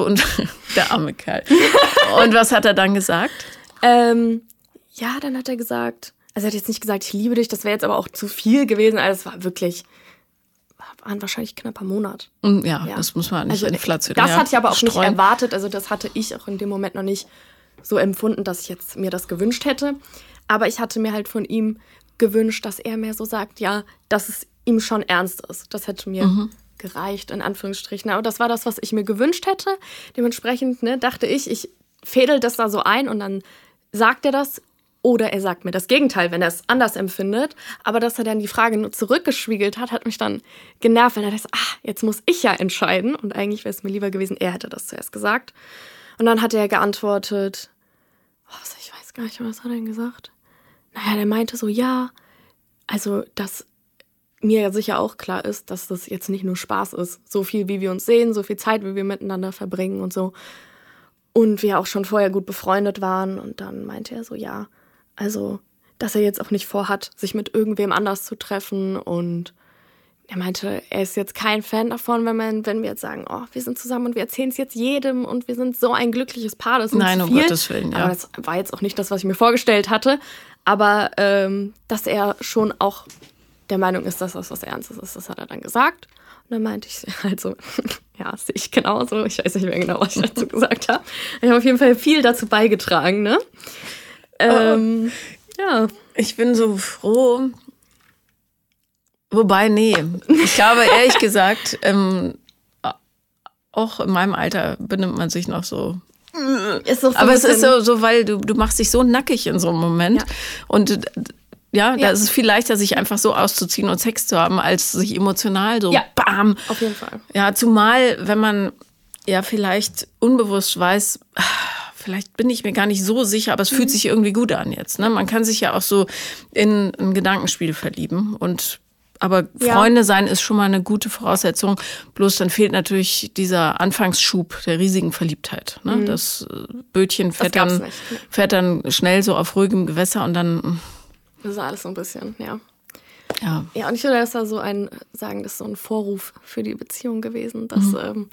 der arme Kerl. Und was hat er dann gesagt? Dann hat er gesagt, also er hat jetzt nicht gesagt, ich liebe dich, das wäre jetzt aber auch zu viel gewesen. Also es war wirklich, waren wahrscheinlich knapper Monat. Ja, das muss man nicht inflationär Das hatte ich aber auch nicht erwartet. Also das hatte ich auch in dem Moment noch nicht so empfunden, dass ich jetzt mir das gewünscht hätte. Aber ich hatte mir halt von ihm gewünscht, dass er mir so sagt, ja, dass es ihm schon ernst ist. Das hätte mir gereicht, in Anführungsstrichen. Aber das war das, was ich mir gewünscht hätte. Dementsprechend dachte ich fädel das da so ein und dann sagt er das. Oder er sagt mir das Gegenteil, wenn er es anders empfindet. Aber dass er dann die Frage nur zurückgeschwiegelt hat mich dann genervt, weil er dachte, jetzt muss ich ja entscheiden. Und eigentlich wäre es mir lieber gewesen, er hätte das zuerst gesagt. Und dann hat er geantwortet, ich weiß gar nicht, was hat er denn gesagt? Naja, der meinte so, ja, also dass mir ja sicher auch klar ist, dass das jetzt nicht nur Spaß ist. So viel, wie wir uns sehen, so viel Zeit, wie wir miteinander verbringen und so. Und wir auch schon vorher gut befreundet waren. Und dann meinte er so, ja, also, dass er jetzt auch nicht vorhat, sich mit irgendwem anders zu treffen. Und er meinte, er ist jetzt kein Fan davon, wenn wir jetzt sagen, wir sind zusammen und wir erzählen es jetzt jedem und wir sind so ein glückliches Paar. Das ist Nein, um Gottes Willen, ja. Aber das war jetzt auch nicht das, was ich mir vorgestellt hatte. Aber dass er schon auch der Meinung ist, dass das was Ernstes ist, das hat er dann gesagt. Und dann meinte ich, also, ja, sehe ich genauso. Ich weiß nicht mehr genau, was ich dazu gesagt habe. Ich habe auf jeden Fall viel dazu beigetragen, ne? Ja. Ich bin so froh. Wobei, nee. Ich glaube, ehrlich gesagt, auch in meinem Alter benimmt man sich noch so. Aber es ist so, weil du machst dich so nackig in so einem Moment. Ja. Und da ist es viel leichter, sich einfach so auszuziehen und Sex zu haben, als sich emotional so bam. Auf jeden Fall. Ja, zumal, wenn man vielleicht unbewusst weiß, vielleicht bin ich mir gar nicht so sicher, aber es fühlt sich irgendwie gut an jetzt. Ne? Man kann sich ja auch so in ein Gedankenspiel verlieben. Aber Freunde sein ist schon mal eine gute Voraussetzung. Bloß dann fehlt natürlich dieser Anfangsschub der riesigen Verliebtheit. Ne? Das Bötchen fährt dann schnell so auf ruhigem Gewässer und dann. Das ist alles so ein bisschen, ja. Ja, und ich würde das da so das ist so ein Vorruf für die Beziehung gewesen, dass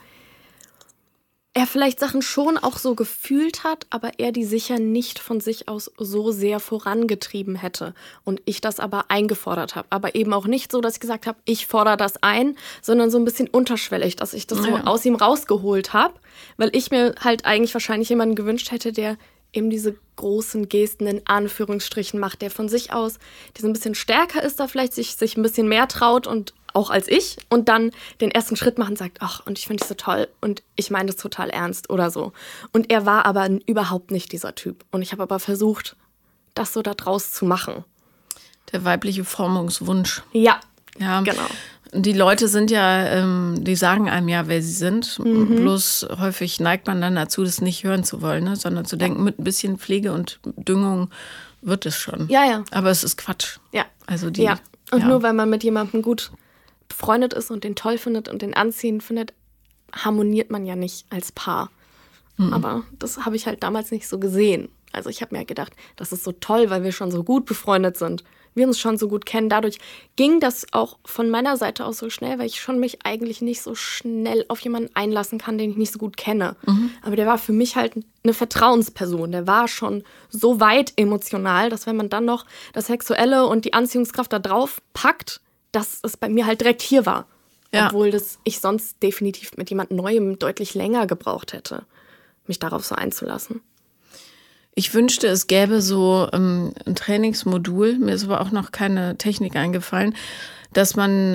er vielleicht Sachen schon auch so gefühlt hat, aber er die sicher nicht von sich aus so sehr vorangetrieben hätte. Und ich das aber eingefordert habe. Aber eben auch nicht so, dass ich gesagt habe, ich fordere das ein, sondern so ein bisschen unterschwellig, dass ich das so aus ihm rausgeholt habe, weil ich mir halt eigentlich wahrscheinlich jemanden gewünscht hätte, der eben diese großen Gesten in Anführungsstrichen macht, der von sich aus, der so ein bisschen stärker ist, da vielleicht sich ein bisschen mehr traut und auch als ich und dann den ersten Schritt machen und sagt, ach, und ich finde dich so toll und ich meine das total ernst oder so. Und er war aber überhaupt nicht dieser Typ. Und ich habe aber versucht, das so da draus zu machen. Der weibliche Formungswunsch. Ja, genau. Die Leute sind die sagen einem ja, wer sie sind. Bloß häufig neigt man dann dazu, das nicht hören zu wollen, ne? Sondern zu denken, mit ein bisschen Pflege und Düngung wird es schon. Ja. Aber es ist Quatsch. Ja. Also nur weil man mit jemandem gut befreundet ist und den toll findet und den anziehend findet, harmoniert man ja nicht als Paar. Aber das habe ich halt damals nicht so gesehen. Also ich habe mir gedacht, das ist so toll, weil wir schon so gut befreundet sind. Wir uns schon so gut kennen. Dadurch ging das auch von meiner Seite aus so schnell, weil ich schon mich eigentlich nicht so schnell auf jemanden einlassen kann, den ich nicht so gut kenne. Aber der war für mich halt eine Vertrauensperson. Der war schon so weit emotional, dass wenn man dann noch das Sexuelle und die Anziehungskraft da drauf packt, dass es bei mir halt direkt hier war. Ja. Obwohl ich sonst definitiv mit jemand Neuem deutlich länger gebraucht hätte, mich darauf so einzulassen. Ich wünschte, es gäbe so ein Trainingsmodul, mir ist aber auch noch keine Technik eingefallen, dass man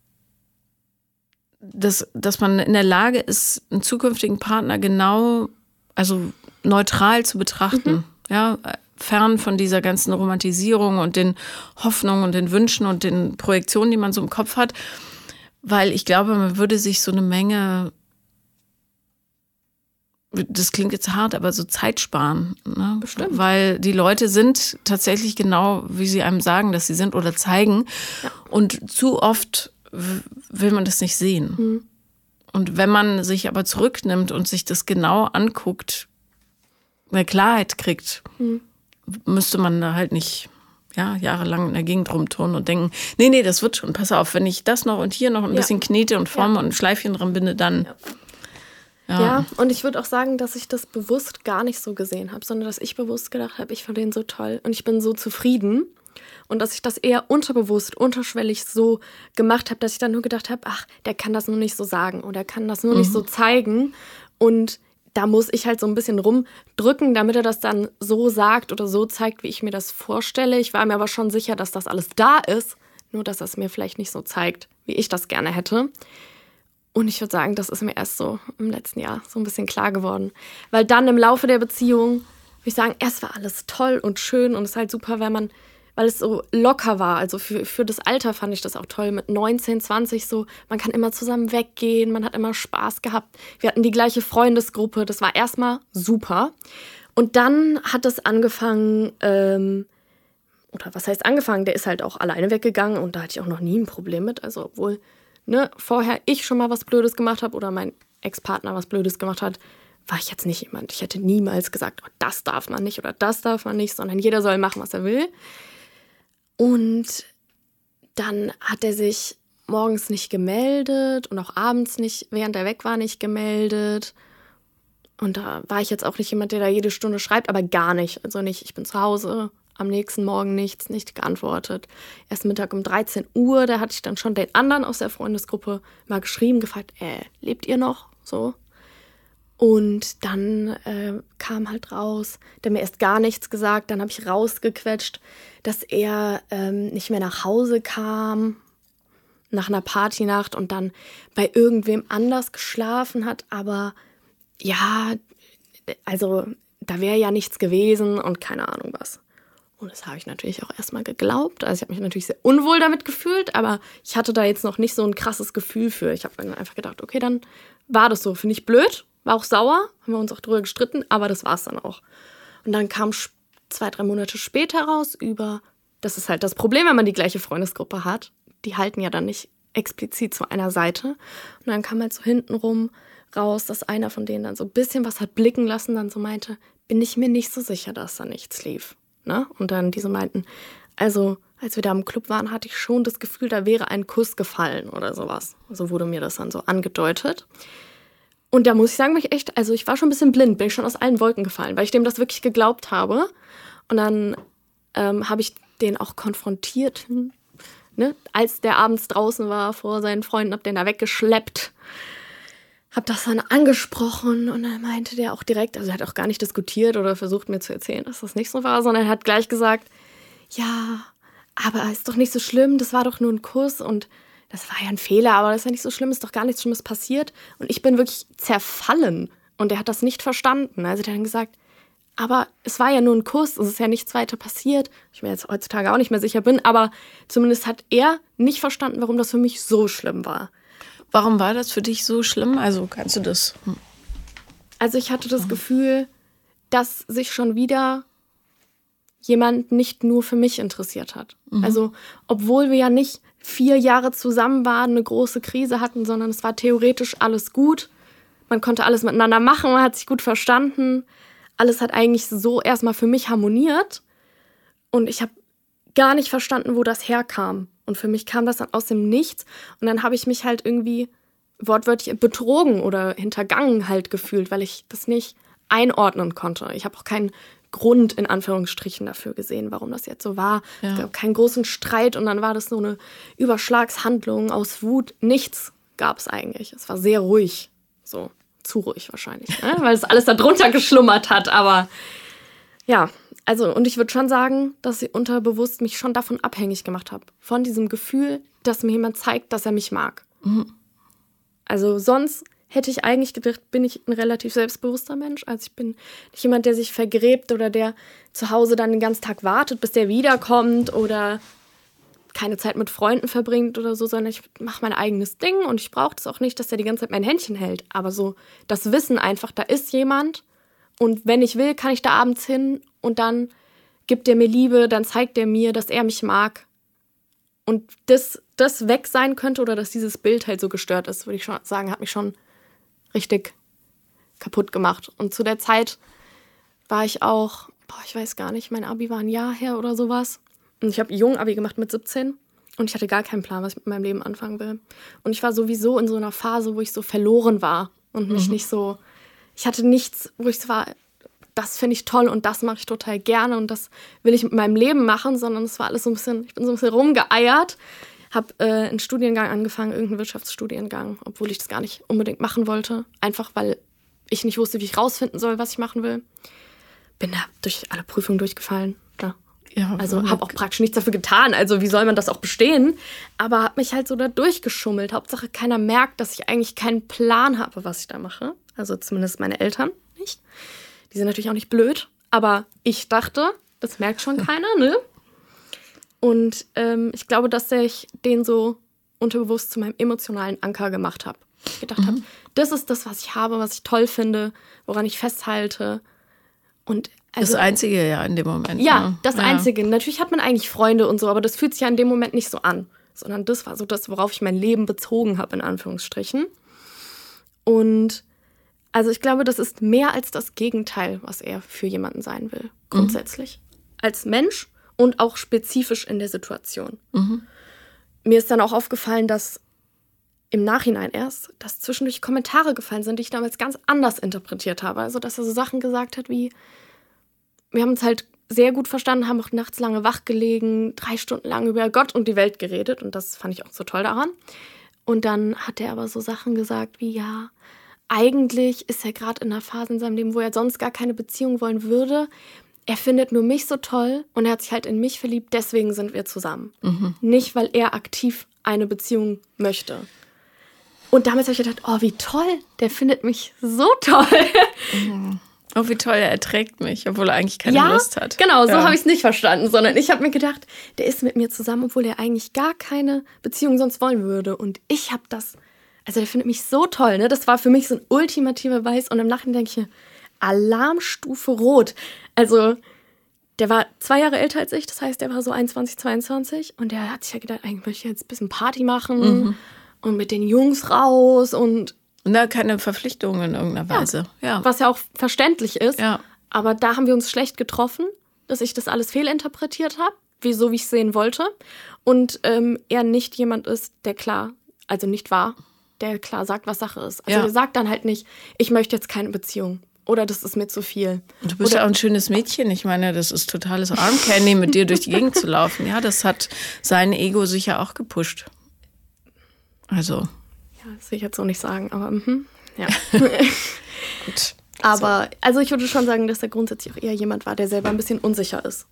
in der Lage ist, einen zukünftigen Partner neutral zu betrachten. Ja, fern von dieser ganzen Romantisierung und den Hoffnungen und den Wünschen und den Projektionen, die man so im Kopf hat. Weil ich glaube, man würde sich so eine Menge das klingt jetzt hart, aber so Zeit sparen. Ne? Bestimmt. Weil die Leute sind tatsächlich genau, wie sie einem sagen, dass sie sind oder zeigen. Ja. Und zu oft will man das nicht sehen. Mhm. Und wenn man sich aber zurücknimmt und sich das genau anguckt, eine Klarheit kriegt, müsste man da halt nicht jahrelang in der Gegend rumturnen und denken, nee, das wird schon, pass auf, wenn ich das noch und hier noch ein bisschen knete und forme und ein Schleifchen dran binde, dann... Ja, und ich würde auch sagen, dass ich das bewusst gar nicht so gesehen habe, sondern dass ich bewusst gedacht habe, ich fand den so toll und ich bin so zufrieden. Und dass ich das eher unterbewusst, unterschwellig so gemacht habe, dass ich dann nur gedacht habe, ach, der kann das nur nicht so sagen oder kann das nur nicht so zeigen. Und da muss ich halt so ein bisschen rumdrücken, damit er das dann so sagt oder so zeigt, wie ich mir das vorstelle. Ich war mir aber schon sicher, dass das alles da ist, nur dass er es mir vielleicht nicht so zeigt, wie ich das gerne hätte. Und ich würde sagen, das ist mir erst so im letzten Jahr so ein bisschen klar geworden. Weil dann im Laufe der Beziehung, würde ich sagen, erst war alles toll und schön und es ist halt super, weil es so locker war. Also für das Alter fand ich das auch toll. Mit 19, 20 so, man kann immer zusammen weggehen, man hat immer Spaß gehabt. Wir hatten die gleiche Freundesgruppe, das war erstmal super. Und dann hat es angefangen, oder was heißt angefangen? Der ist halt auch alleine weggegangen und da hatte ich auch noch nie ein Problem mit. Also obwohl vorher ich schon mal was Blödes gemacht habe oder mein Ex-Partner was Blödes gemacht hat, war ich jetzt nicht jemand. Ich hätte niemals gesagt, oh, das darf man nicht oder das darf man nicht, sondern jeder soll machen, was er will. Und dann hat er sich morgens nicht gemeldet und auch abends nicht, während er weg war, nicht gemeldet. Und da war ich jetzt auch nicht jemand, der da jede Stunde schreibt, aber gar nicht. Also nicht, ich bin zu Hause, am nächsten Morgen nicht geantwortet. Erst Mittag um 13 Uhr, da hatte ich dann schon den anderen aus der Freundesgruppe mal geschrieben, gefragt, lebt ihr noch? So. Und dann kam halt raus, der hat mir erst gar nichts gesagt, dann habe ich rausgequetscht, dass er nicht mehr nach Hause kam nach einer Partynacht und dann bei irgendwem anders geschlafen hat, aber ja, also da wäre ja nichts gewesen und keine Ahnung was. Und das habe ich natürlich auch erstmal geglaubt. Also ich habe mich natürlich sehr unwohl damit gefühlt, aber ich hatte da jetzt noch nicht so ein krasses Gefühl für. Ich habe dann einfach gedacht, okay, dann war das so. Finde ich blöd, war auch sauer, haben wir uns auch drüber gestritten, aber das war es dann auch. Und dann kam 2-3 Monate später raus das ist halt das Problem, wenn man die gleiche Freundesgruppe hat. Die halten ja dann nicht explizit zu einer Seite. Und dann kam halt so hintenrum raus, dass einer von denen dann so ein bisschen was hat blicken lassen, dann so meinte, bin ich mir nicht so sicher, dass da nichts lief. Ne? Und dann diese meinten, also als wir da im Club waren, hatte ich schon das Gefühl, da wäre ein Kuss gefallen oder sowas. So wurde mir das dann so angedeutet. Und da muss ich sagen, ich war schon ein bisschen blind, bin ich schon aus allen Wolken gefallen, weil ich dem das wirklich geglaubt habe. Und dann habe ich den auch konfrontiert, ne? Als der abends draußen war vor seinen Freunden, hab den da weggeschleppt. Hab das dann angesprochen und dann meinte der auch direkt, also er hat auch gar nicht diskutiert oder versucht mir zu erzählen, dass das nicht so war, sondern er hat gleich gesagt, ja, aber ist doch nicht so schlimm, das war doch nur ein Kuss und das war ja ein Fehler, aber das ist ja nicht so schlimm, ist doch gar nichts Schlimmes passiert. Und ich bin wirklich zerfallen und er hat das nicht verstanden. Also der hat dann gesagt, aber es war ja nur ein Kuss, es ist ja nichts weiter passiert. Ich mir jetzt heutzutage auch nicht mehr sicher bin, aber zumindest hat er nicht verstanden, warum das für mich so schlimm war. Warum war das für dich so schlimm? Also kannst du das? Also ich hatte das Gefühl, dass sich schon wieder jemand nicht nur für mich interessiert hat. Also obwohl wir ja nicht 4 Jahre zusammen waren, eine große Krise hatten, sondern es war theoretisch alles gut. Man konnte alles miteinander machen, man hat sich gut verstanden. Alles hat eigentlich so erstmal für mich harmoniert. Und ich habe gar nicht verstanden, wo das herkam. Und für mich kam das dann aus dem Nichts. Und dann habe ich mich halt irgendwie wortwörtlich betrogen oder hintergangen halt gefühlt, weil ich das nicht einordnen konnte. Ich habe auch keinen Grund in Anführungsstrichen dafür gesehen, warum das jetzt so war. Ja. Es gab keinen großen Streit und dann war das so eine Überschlagshandlung aus Wut. Nichts gab es eigentlich. Es war sehr ruhig. So, zu ruhig wahrscheinlich, ne? Weil es alles da drunter geschlummert hat. Aber ja, also und ich würde schon sagen, dass ich unterbewusst mich schon davon abhängig gemacht habe. Von diesem Gefühl, dass mir jemand zeigt, dass er mich mag. Also sonst hätte ich eigentlich gedacht, bin ich ein relativ selbstbewusster Mensch. Also ich bin nicht jemand, der sich vergräbt oder der zu Hause dann den ganzen Tag wartet, bis der wiederkommt oder keine Zeit mit Freunden verbringt oder so, sondern ich mache mein eigenes Ding und ich brauche das auch nicht, dass der die ganze Zeit mein Händchen hält. Aber so das Wissen einfach, da ist jemand und wenn ich will, kann ich da abends hin und dann gibt er mir Liebe, dann zeigt er mir, dass er mich mag. Und das weg sein könnte oder dass dieses Bild halt so gestört ist, würde ich schon sagen, hat mich schon richtig kaputt gemacht. Und zu der Zeit war ich auch, ich weiß gar nicht, mein Abi war ein Jahr her oder sowas. Und ich habe Jung-Abi gemacht mit 17 und ich hatte gar keinen Plan, was ich mit meinem Leben anfangen will. Und ich war sowieso in so einer Phase, wo ich so verloren war und mich nicht so, ich hatte nichts, wo ich so war, das finde ich toll und das mache ich total gerne und das will ich mit meinem Leben machen, sondern es war alles so ein bisschen, ich bin so ein bisschen rumgeeiert, habe einen Studiengang angefangen, irgendeinen Wirtschaftsstudiengang, obwohl ich das gar nicht unbedingt machen wollte, einfach weil ich nicht wusste, wie ich rausfinden soll, was ich machen will. Bin da durch alle Prüfungen durchgefallen. Ja, also habe auch praktisch nichts dafür getan. Also wie soll man das auch bestehen? Aber habe mich halt so da durchgeschummelt. Hauptsache keiner merkt, dass ich eigentlich keinen Plan habe, was ich da mache. Also zumindest meine Eltern nicht. Die sind natürlich auch nicht blöd. Aber ich dachte, das merkt schon keiner, ne? Und ich glaube, dass ich den so unterbewusst zu meinem emotionalen Anker gemacht habe. Ich gedacht habe, das ist das, was ich habe, was ich toll finde, woran ich festhalte. Und also, das Einzige ja in dem Moment. Ja, das Einzige. Natürlich hat man eigentlich Freunde und so, aber das fühlt sich ja in dem Moment nicht so an. Sondern das war so das, worauf ich mein Leben bezogen habe, in Anführungsstrichen. Und also ich glaube, das ist mehr als das Gegenteil, was er für jemanden sein will, grundsätzlich. Als Mensch und auch spezifisch in der Situation. Mir ist dann auch aufgefallen, dass im Nachhinein erst, dass zwischendurch Kommentare gefallen sind, die ich damals ganz anders interpretiert habe. Also, dass er so Sachen gesagt hat wie, wir haben uns halt sehr gut verstanden, haben auch nachts lange wach gelegen, 3 Stunden lang über Gott und die Welt geredet. Und das fand ich auch so toll daran. Und dann hat er aber so Sachen gesagt wie, ja, eigentlich ist er gerade in einer Phase in seinem Leben, wo er sonst gar keine Beziehung wollen würde. Er findet nur mich so toll und er hat sich halt in mich verliebt, deswegen sind wir zusammen. Nicht, weil er aktiv eine Beziehung möchte. Und damals habe ich gedacht, oh, wie toll, der findet mich so toll. Oh, wie toll, er erträgt mich, obwohl er eigentlich keine Lust hat. Genau, so habe ich es nicht verstanden, sondern ich habe mir gedacht, der ist mit mir zusammen, obwohl er eigentlich gar keine Beziehung sonst wollen würde. Und ich habe das, also der findet mich so toll, ne? Das war für mich so ein ultimativer Beweis. Und im Nachhinein denke ich mir, Alarmstufe Rot. Also der war 2 Jahre älter als ich, das heißt, der war so 21, 22. Und der hat sich ja gedacht, eigentlich möchte ich jetzt ein bisschen Party machen. Und mit den Jungs raus und da keine Verpflichtungen in irgendeiner Weise. Ja. Was ja auch verständlich ist. Ja. Aber da haben wir uns schlecht getroffen, dass ich das alles fehlinterpretiert habe, so wie ich es sehen wollte. Und er nicht jemand ist, der klar, also nicht wahr, der klar sagt, was Sache ist. Also der sagt dann halt nicht, ich möchte jetzt keine Beziehung. Oder das ist mir zu viel. Du bist ja auch ein schönes Mädchen. Ich meine, das ist totales Armcandy, mit dir durch die Gegend zu laufen. Ja, das hat sein Ego sicher auch gepusht. Also. Ja, das will ich jetzt so nicht sagen, aber ja. Gut. Aber, also ich würde schon sagen, dass er grundsätzlich auch eher jemand war, der selber ein bisschen unsicher ist.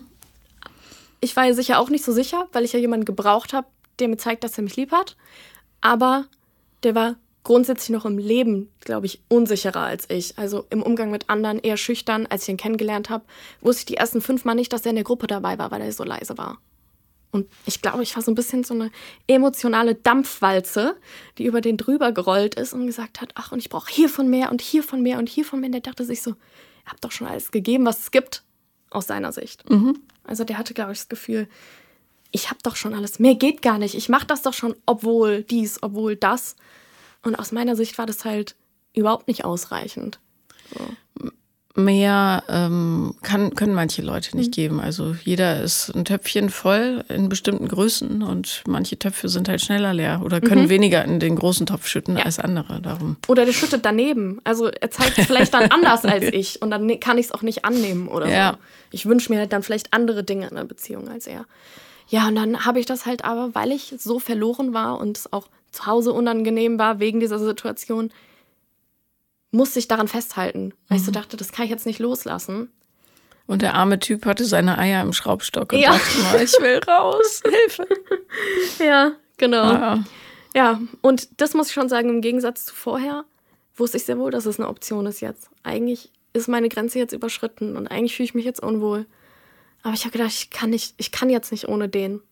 Ich war ja sicher auch nicht so sicher, weil ich ja jemanden gebraucht habe, der mir zeigt, dass er mich lieb hat. Aber der war grundsätzlich noch im Leben, glaube ich, unsicherer als ich. Also im Umgang mit anderen eher schüchtern. Als ich ihn kennengelernt habe, wusste ich die ersten 5 Mal nicht, dass er in der Gruppe dabei war, weil er so leise war. Und ich glaube, ich war so ein bisschen so eine emotionale Dampfwalze, die über den drüber gerollt ist und gesagt hat, ach, und ich brauche hiervon mehr und hiervon mehr und hiervon mehr. Und der dachte sich so, ihr habt doch schon alles gegeben, was es gibt, aus seiner Sicht. Also der hatte, glaube ich, das Gefühl, ich habe doch schon alles, mehr geht gar nicht. Ich mache das doch schon, obwohl dies, obwohl das. Und aus meiner Sicht war das halt überhaupt nicht ausreichend. So. Mehr können manche Leute nicht geben. Also jeder ist ein Töpfchen voll in bestimmten Größen und manche Töpfe sind halt schneller leer oder können weniger in den großen Topf schütten als andere. Darum. Oder der schüttet daneben. Also er zeigt es vielleicht dann anders als ich und dann kann ich es auch nicht annehmen oder so. Ich wünsche mir halt dann vielleicht andere Dinge in einer Beziehung als er. Ja, und dann habe ich das halt aber, weil ich so verloren war und es auch zu Hause unangenehm war wegen dieser Situation, musste ich daran festhalten, weil ich so dachte, das kann ich jetzt nicht loslassen. Und der arme Typ hatte seine Eier im Schraubstock und dachte mal, ich will raus, Hilfe. Ja, genau. Ja, und das muss ich schon sagen, im Gegensatz zu vorher wusste ich sehr wohl, dass es eine Option ist jetzt. Eigentlich ist meine Grenze jetzt überschritten und eigentlich fühle ich mich jetzt unwohl. Aber ich habe gedacht, ich kann jetzt nicht ohne den.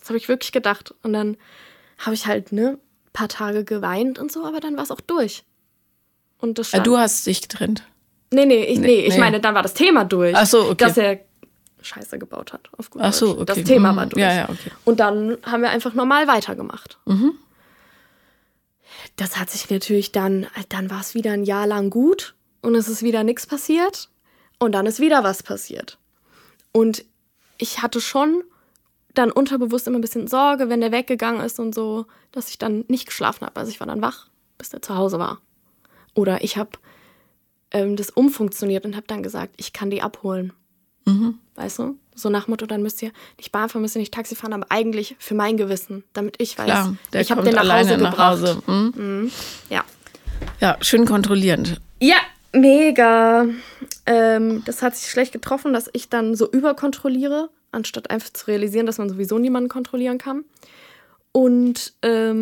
Das habe ich wirklich gedacht. Und dann habe ich halt, ein paar Tage geweint und so, aber dann war es auch durch. Und das Du hast dich getrennt? Nee, ich meine, dann war das Thema durch. Ach so, okay. Dass er Scheiße gebaut hat, auf gut Ach so, Deutsch. okay. Das Thema war durch. Ja, okay. Und dann haben wir einfach normal weitergemacht. Mhm. Das hat sich natürlich dann war es wieder ein Jahr lang gut und es ist wieder nichts passiert und dann ist wieder was passiert. Und ich hatte schon dann unterbewusst immer ein bisschen Sorge, wenn der weggegangen ist und so, dass ich dann nicht geschlafen habe. Also ich war dann wach, bis der zu Hause war. Oder ich habe das umfunktioniert und habe dann gesagt, ich kann die abholen. Mhm. Weißt du? So nach Motto, dann müsst ihr nicht Bahn fahren, müsst ihr nicht Taxi fahren, aber eigentlich für mein Gewissen, damit ich weiß, klar, ich habe den nach Hause gebracht. Mhm. Ja. Ja, schön kontrollierend. Ja, mega. Das hat sich schlecht getroffen, dass ich dann so überkontrolliere, anstatt einfach zu realisieren, dass man sowieso niemanden kontrollieren kann. Und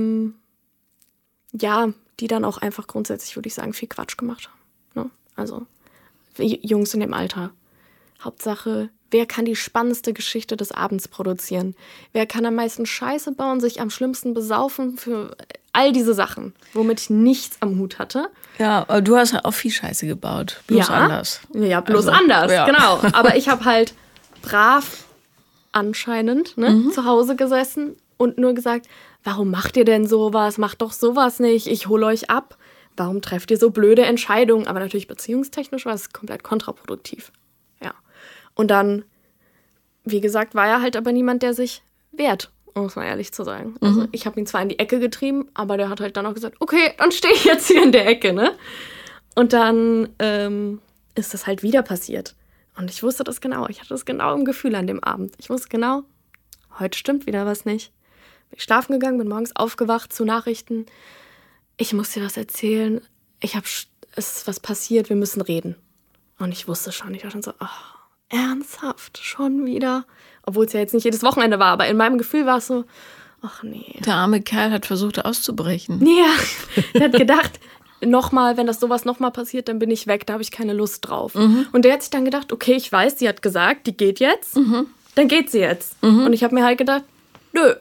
die dann auch einfach grundsätzlich, würde ich sagen, viel Quatsch gemacht haben. Ne? Also Jungs in dem Alter. Hauptsache, wer kann die spannendste Geschichte des Abends produzieren? Wer kann am meisten Scheiße bauen, sich am schlimmsten besaufen für all diese Sachen, womit ich nichts am Hut hatte. Ja, aber du hast ja auch viel Scheiße gebaut. Bloß anders. Ja, bloß anders, ja. Genau. Aber ich habe halt brav anscheinend zu Hause gesessen und nur gesagt, warum macht ihr denn sowas? Macht doch sowas nicht. Ich hole euch ab. Warum trefft ihr so blöde Entscheidungen? Aber natürlich beziehungstechnisch war es komplett kontraproduktiv. Ja. Und dann, wie gesagt, war er halt aber niemand, der sich wehrt, um es mal ehrlich zu sagen. Also ich habe ihn zwar in die Ecke getrieben, aber der hat halt dann auch gesagt, okay, dann stehe ich jetzt hier in der Ecke, ne? Und dann ist das halt wieder passiert. Und ich wusste das genau. Ich hatte das genau im Gefühl an dem Abend. Ich wusste genau, heute stimmt wieder was nicht. Bin ich schlafen gegangen, bin morgens aufgewacht zu Nachrichten. Ich muss dir was erzählen. Es ist was passiert, wir müssen reden. Und ich wusste schon, ich war schon so, ernsthaft, schon wieder? Obwohl es ja jetzt nicht jedes Wochenende war, aber in meinem Gefühl war es so, ach nee. Der arme Kerl hat versucht auszubrechen. Ja, der hat gedacht, wenn das sowas nochmal passiert, dann bin ich weg, da habe ich keine Lust drauf. Und der hat sich dann gedacht, okay, ich weiß, die hat gesagt, die geht jetzt, dann geht sie jetzt. Und ich habe mir halt gedacht, nö.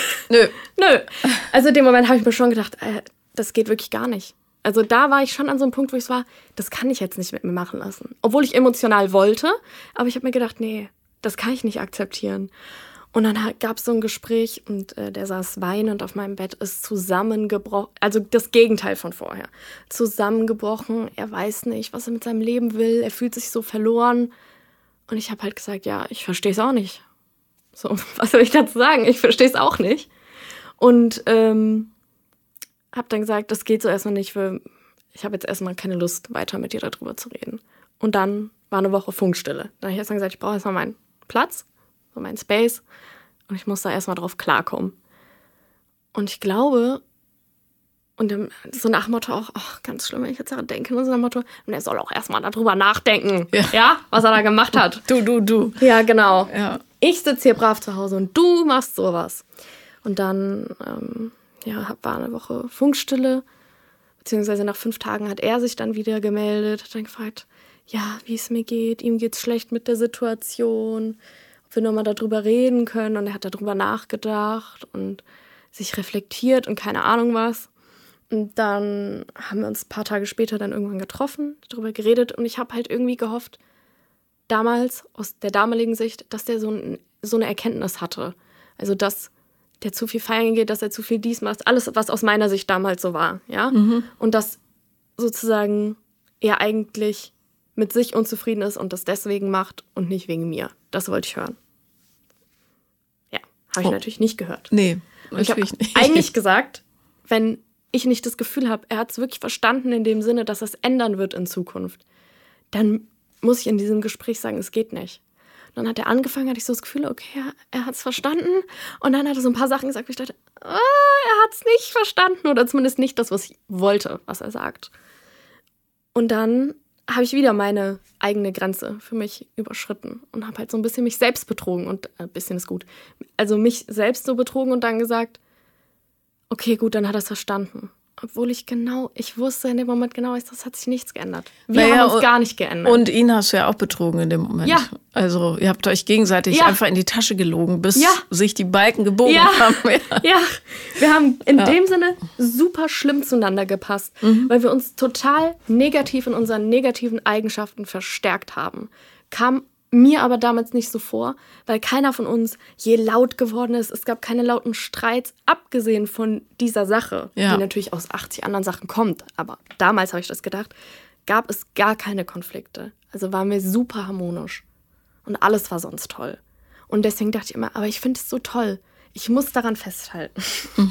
Also in dem Moment habe ich mir schon gedacht, das geht wirklich gar nicht. Also da war ich schon an so einem Punkt, wo ich war, das kann ich jetzt nicht mit mir machen lassen. Obwohl ich emotional wollte, aber ich habe mir gedacht, nee, das kann ich nicht akzeptieren. Und dann gab es so ein Gespräch und der saß weinend auf meinem Bett, ist zusammengebrochen, also das Gegenteil von vorher. Zusammengebrochen, er weiß nicht, was er mit seinem Leben will, er fühlt sich so verloren. Und ich habe halt gesagt, ja, ich verstehe es auch nicht. So, was soll ich dazu sagen? Ich verstehe es auch nicht. Und habe dann gesagt, das geht so erstmal nicht, ich habe jetzt erstmal keine Lust, weiter mit dir darüber zu reden. Und dann war eine Woche Funkstille. Dann habe ich erstmal gesagt, ich brauche erstmal meinen Platz, so meinen Space. Und ich muss da erstmal drauf klarkommen. Und ich glaube, und dann so nach dem Motto auch, ganz schlimm, wenn ich jetzt daran denke, so nach dem Motto, und er soll auch erstmal darüber nachdenken, ja, was er da gemacht hat. Du. Ja, genau. Ja. Ich sitze hier brav zu Hause und du machst sowas. Und dann, war eine Woche Funkstille, beziehungsweise nach 5 Tagen hat er sich dann wieder gemeldet, hat dann gefragt, ja, wie es mir geht, ihm geht's schlecht mit der Situation, ob wir nochmal darüber reden können. Und er hat darüber nachgedacht und sich reflektiert und keine Ahnung was. Und dann haben wir uns ein paar Tage später dann irgendwann getroffen, darüber geredet und ich habe halt irgendwie gehofft, damals, aus der damaligen Sicht, dass der so eine Erkenntnis hatte. Also, dass der zu viel feiern geht, dass er zu viel dies macht, alles, was aus meiner Sicht damals so war, ja. Und dass sozusagen er eigentlich mit sich unzufrieden ist und das deswegen macht und nicht wegen mir. Das wollte ich hören. Ja, habe ich natürlich nicht gehört. Nee, natürlich nicht. Ich habe eigentlich gesagt, wenn ich nicht das Gefühl habe, er hat es wirklich verstanden in dem Sinne, dass es ändern wird in Zukunft, dann muss ich in diesem Gespräch sagen, es geht nicht. Und dann hat er angefangen, hatte ich so das Gefühl, okay, er hat es verstanden. Und dann hat er so ein paar Sachen gesagt, wo ich dachte, er hat es nicht verstanden oder zumindest nicht das, was ich wollte, was er sagt. Und dann habe ich wieder meine eigene Grenze für mich überschritten und habe halt so ein bisschen mich selbst betrogen und ein bisschen ist gut. Also mich selbst so betrogen und dann gesagt, okay, gut, dann hat er es verstanden. Obwohl ich wusste in dem Moment genau, das hat sich nichts geändert. Wir haben uns gar nicht geändert. Und ihn hast du ja auch betrogen in dem Moment. Ja. Also ihr habt euch gegenseitig einfach in die Tasche gelogen, bis sich die Balken gebogen haben. Ja, wir haben in dem Sinne super schlimm zueinander gepasst, weil wir uns total negativ in unseren negativen Eigenschaften verstärkt haben. Kam mir aber damals nicht so vor, weil keiner von uns je laut geworden ist. Es gab keine lauten Streits, abgesehen von dieser Sache, die natürlich aus 80 anderen Sachen kommt. Aber damals habe ich das gedacht, gab es gar keine Konflikte. Also waren wir super harmonisch. Und alles war sonst toll. Und deswegen dachte ich immer, aber ich finde es so toll. Ich muss daran festhalten.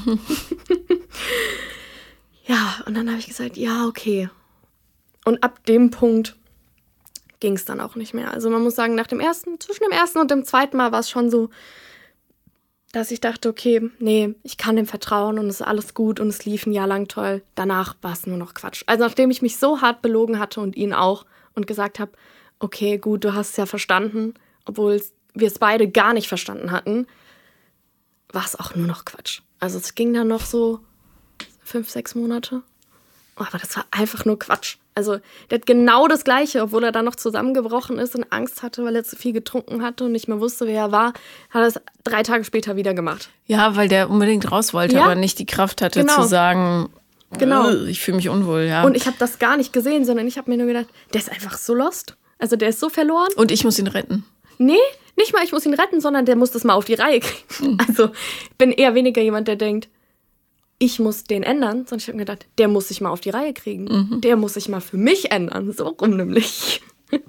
Ja, und dann habe ich gesagt, ja, okay. Und ab dem Punkt ging es dann auch nicht mehr. Also man muss sagen, zwischen dem ersten und dem zweiten Mal war es schon so, dass ich dachte, okay, nee, ich kann dem vertrauen und es ist alles gut und es lief ein Jahr lang toll. Danach war es nur noch Quatsch. Also nachdem ich mich so hart belogen hatte und ihn auch und gesagt habe, okay, gut, du hast es ja verstanden, obwohl wir es beide gar nicht verstanden hatten, war es auch nur noch Quatsch. Also es ging dann noch so 5-6 Monate. Aber das war einfach nur Quatsch. Also der hat genau das Gleiche, obwohl er dann noch zusammengebrochen ist und Angst hatte, weil er zu viel getrunken hatte und nicht mehr wusste, wer er war, hat er es 3 Tage später wieder gemacht. Ja, weil der unbedingt raus wollte, aber nicht die Kraft hatte zu sagen, ich fühle mich unwohl. Ja. Und ich habe das gar nicht gesehen, sondern ich habe mir nur gedacht, der ist einfach so lost. Also der ist so verloren. Und ich muss ihn retten. Nee, nicht mal ich muss ihn retten, sondern der muss das mal auf die Reihe kriegen. Also ich bin eher weniger jemand, der denkt, ich muss den ändern, sondern ich habe mir gedacht, der muss sich mal auf die Reihe kriegen. Der muss sich mal für mich ändern. So rum nämlich.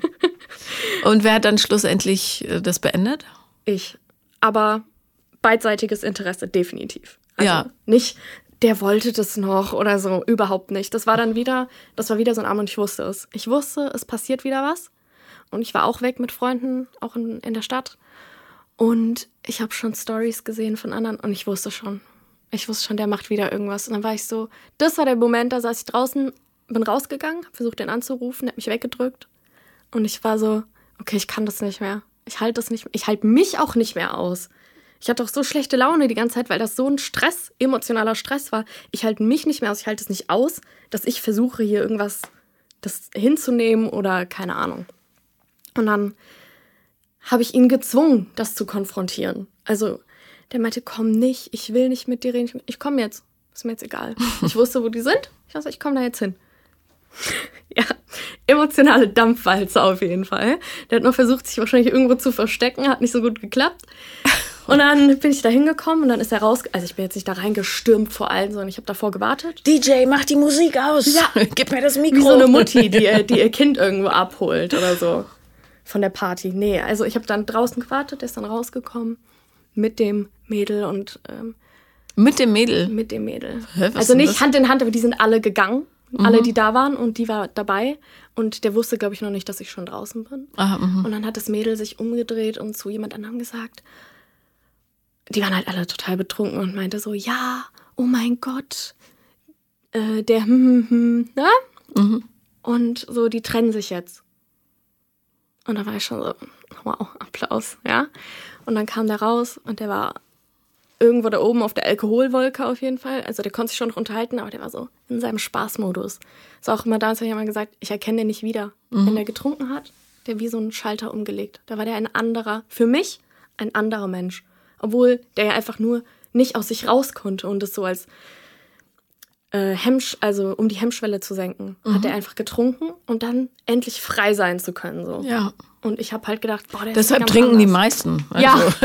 Und wer hat dann schlussendlich das beendet? Ich. Aber beidseitiges Interesse, definitiv. Also nicht, der wollte das noch oder so, überhaupt nicht. Das war wieder so ein Abend und ich wusste es. Ich wusste, es passiert wieder was. Und ich war auch weg mit Freunden, auch in der Stadt. Und ich habe schon Stories gesehen von anderen und ich wusste schon, der macht wieder irgendwas. Und dann war ich so, das war der Moment, da saß ich draußen, bin rausgegangen, habe versucht, den anzurufen, der hat mich weggedrückt. Und ich war so, okay, ich kann das nicht mehr. Ich halte das nicht mehr. Ich halte mich auch nicht mehr aus. Ich hatte auch so schlechte Laune die ganze Zeit, weil das so ein Stress, emotionaler Stress war. Ich halte mich nicht mehr aus. Ich halte es nicht aus, dass ich versuche, hier irgendwas das hinzunehmen oder keine Ahnung. Und dann habe ich ihn gezwungen, das zu konfrontieren. Also der meinte, komm nicht, ich will nicht mit dir reden. Ich komme jetzt, ist mir jetzt egal. Ich wusste, wo die sind. Ich dachte, ich komme da jetzt hin. Ja, emotionale Dampfwalze auf jeden Fall. Der hat noch versucht, sich wahrscheinlich irgendwo zu verstecken, hat nicht so gut geklappt. Und dann bin ich da hingekommen und dann ist er raus. Also ich bin jetzt nicht da reingestürmt vor allen, sondern ich habe davor gewartet. DJ, mach die Musik aus. Ja, gib mir das Mikro. Wie so eine Mutti, die ihr Kind irgendwo abholt oder so von der Party. Nee, also ich habe dann draußen gewartet, der ist dann rausgekommen mit dem Mädel und mit dem Mädel? Mit dem Mädel. Hä, also nicht Hand in Hand, aber die sind alle gegangen. Alle, die da waren und die war dabei. Und der wusste, glaube ich, noch nicht, dass ich schon draußen bin. Und dann hat das Mädel sich umgedreht und zu jemand anderem gesagt, die waren halt alle total betrunken und meinte so, ja, oh mein Gott, der ne? Und so, die trennen sich jetzt. Und da war ich schon so, wow, Applaus, ja. Und dann kam der raus und der war irgendwo da oben auf der Alkoholwolke auf jeden Fall. Also der konnte sich schon noch unterhalten, aber der war so in seinem Spaßmodus. Ist auch immer damals, habe ich immer gesagt, ich erkenne den nicht wieder. Wenn der getrunken hat, der wie so ein Schalter umgelegt. Da war der ein anderer, für mich ein anderer Mensch. Obwohl der ja einfach nur nicht aus sich raus konnte und es so als also um die Hemmschwelle zu senken, hat er einfach getrunken und dann endlich frei sein zu können. So. Ja. Und ich habe halt gedacht, boah, der deshalb ist trinken anders. Die meisten. Also,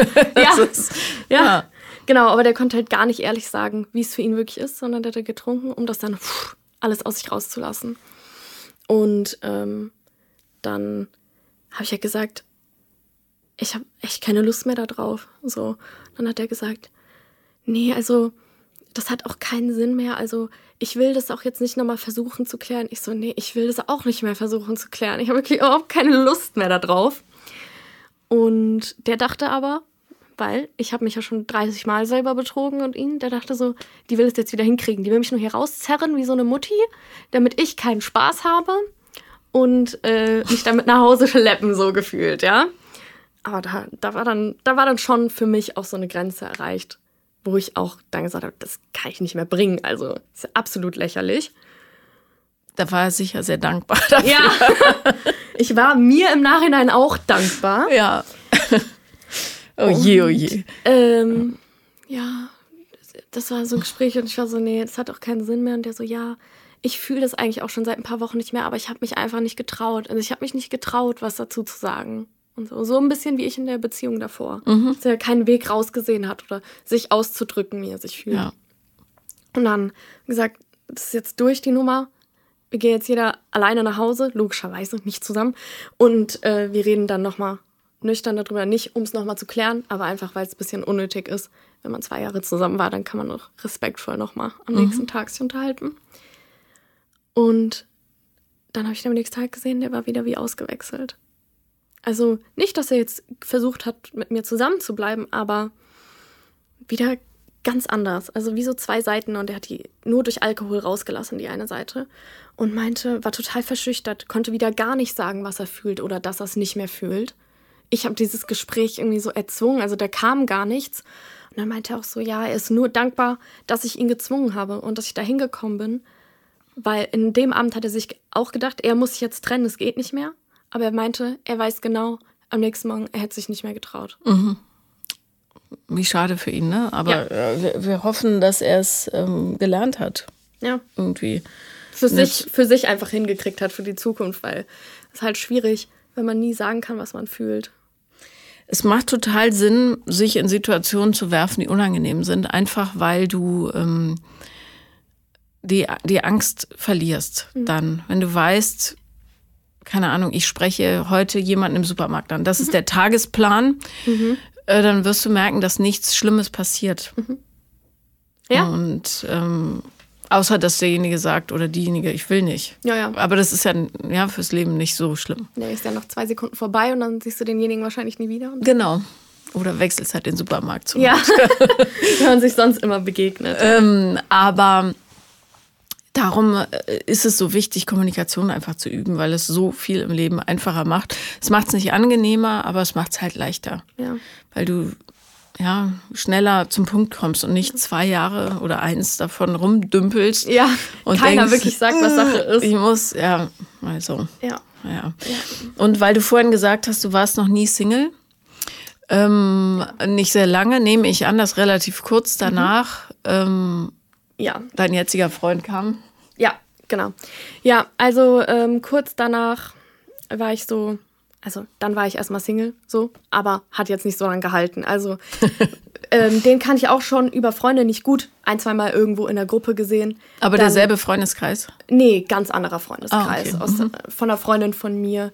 ja. Genau, aber der konnte halt gar nicht ehrlich sagen, wie es für ihn wirklich ist, sondern der hat getrunken, um das dann alles aus sich rauszulassen. Und dann habe ich ja gesagt, ich habe echt keine Lust mehr da drauf. So. Dann hat er gesagt, nee, also das hat auch keinen Sinn mehr. Also ich will das auch jetzt nicht nochmal versuchen zu klären. Ich so, nee, ich will das auch nicht mehr versuchen zu klären. Ich habe wirklich überhaupt keine Lust mehr da drauf. Und der dachte aber, weil ich habe mich ja schon 30 Mal selber betrogen und ihn, der dachte so, die will es jetzt wieder hinkriegen. Die will mich nur hier rauszerren wie so eine Mutti, damit ich keinen Spaß habe und mich damit nach Hause schleppen, so gefühlt, ja. Aber da war dann schon für mich auch so eine Grenze erreicht, wo ich auch dann gesagt habe, das kann ich nicht mehr bringen. Also, ist absolut lächerlich. Da war er sicher sehr dankbar dafür. Ja, ich war mir im Nachhinein auch dankbar. Ja. Oh je, oh je. Ja, das war so ein Gespräch und ich war so, nee, das hat auch keinen Sinn mehr. Und der so, ja, ich fühle das eigentlich auch schon seit ein paar Wochen nicht mehr, aber ich habe mich einfach nicht getraut. Also ich habe mich nicht getraut, was dazu zu sagen. Und so ein bisschen wie ich in der Beziehung davor. Dass er keinen Weg rausgesehen hat oder sich auszudrücken, wie er sich fühlt. Ja. Und dann gesagt, das ist jetzt durch, die Nummer. Wir gehen jetzt jeder alleine nach Hause, logischerweise nicht zusammen. Und wir reden dann nochmal nüchtern darüber, nicht um es nochmal zu klären, aber einfach, weil es ein bisschen unnötig ist. Wenn man 2 Jahre zusammen war, dann kann man auch respektvoll nochmal am nächsten Tag sich unterhalten. Und dann habe ich den am nächsten Tag gesehen, der war wieder wie ausgewechselt. Also nicht, dass er jetzt versucht hat, mit mir zusammen zu bleiben, aber wieder ganz anders. Also wie so 2 Seiten und er hat die nur durch Alkohol rausgelassen, die eine Seite. Und war total verschüchtert, konnte wieder gar nicht sagen, was er fühlt oder dass er es nicht mehr fühlt. Ich habe dieses Gespräch irgendwie so erzwungen, also da kam gar nichts. Und dann meinte er auch so, ja, er ist nur dankbar, dass ich ihn gezwungen habe und dass ich da hingekommen bin. Weil in dem Abend hat er sich auch gedacht, er muss sich jetzt trennen, es geht nicht mehr. Aber er meinte, er weiß genau, am nächsten Morgen, er hätte sich nicht mehr getraut. Wie schade für ihn, ne? Aber wir hoffen, dass er es gelernt hat. Ja. Irgendwie. Für sich einfach hingekriegt hat für die Zukunft, weil es ist halt schwierig, wenn man nie sagen kann, was man fühlt. Es macht total Sinn, sich in Situationen zu werfen, die unangenehm sind, einfach weil du die Angst verlierst dann. Wenn du weißt, keine Ahnung, ich spreche heute jemanden im Supermarkt an, das ist der Tagesplan, dann wirst du merken, dass nichts Schlimmes passiert. Ja. Und außer, dass derjenige sagt oder diejenige, ich will nicht. Ja. Aber das ist ja fürs Leben nicht so schlimm. Der ist ja noch 2 Sekunden vorbei und dann siehst du denjenigen wahrscheinlich nie wieder. Genau. Oder wechselst halt den Supermarkt zu. Ja, wenn man sich sonst immer begegnet. Aber darum ist es so wichtig, Kommunikation einfach zu üben, weil es so viel im Leben einfacher macht. Es macht es nicht angenehmer, aber es macht es halt leichter. Ja. Weil du schneller zum Punkt kommst und nicht 2 Jahre oder 1 davon rumdümpelst. Ja, und keiner denkst, wirklich sagt, was Sache ist. Ich muss, also. Ja. Und weil du vorhin gesagt hast, du warst noch nie Single, nicht sehr lange, nehme ich an, dass relativ kurz danach dein jetziger Freund kam. Ja, genau. Ja, also kurz danach war ich so, also dann war ich erstmal Single, so, aber hat jetzt nicht so lange gehalten. Also den kann ich auch schon über Freunde nicht gut 1-2 Mal irgendwo in der Gruppe gesehen. Aber dann, derselbe Freundeskreis? Nee, ganz anderer Freundeskreis. Okay. Von einer Freundin von mir,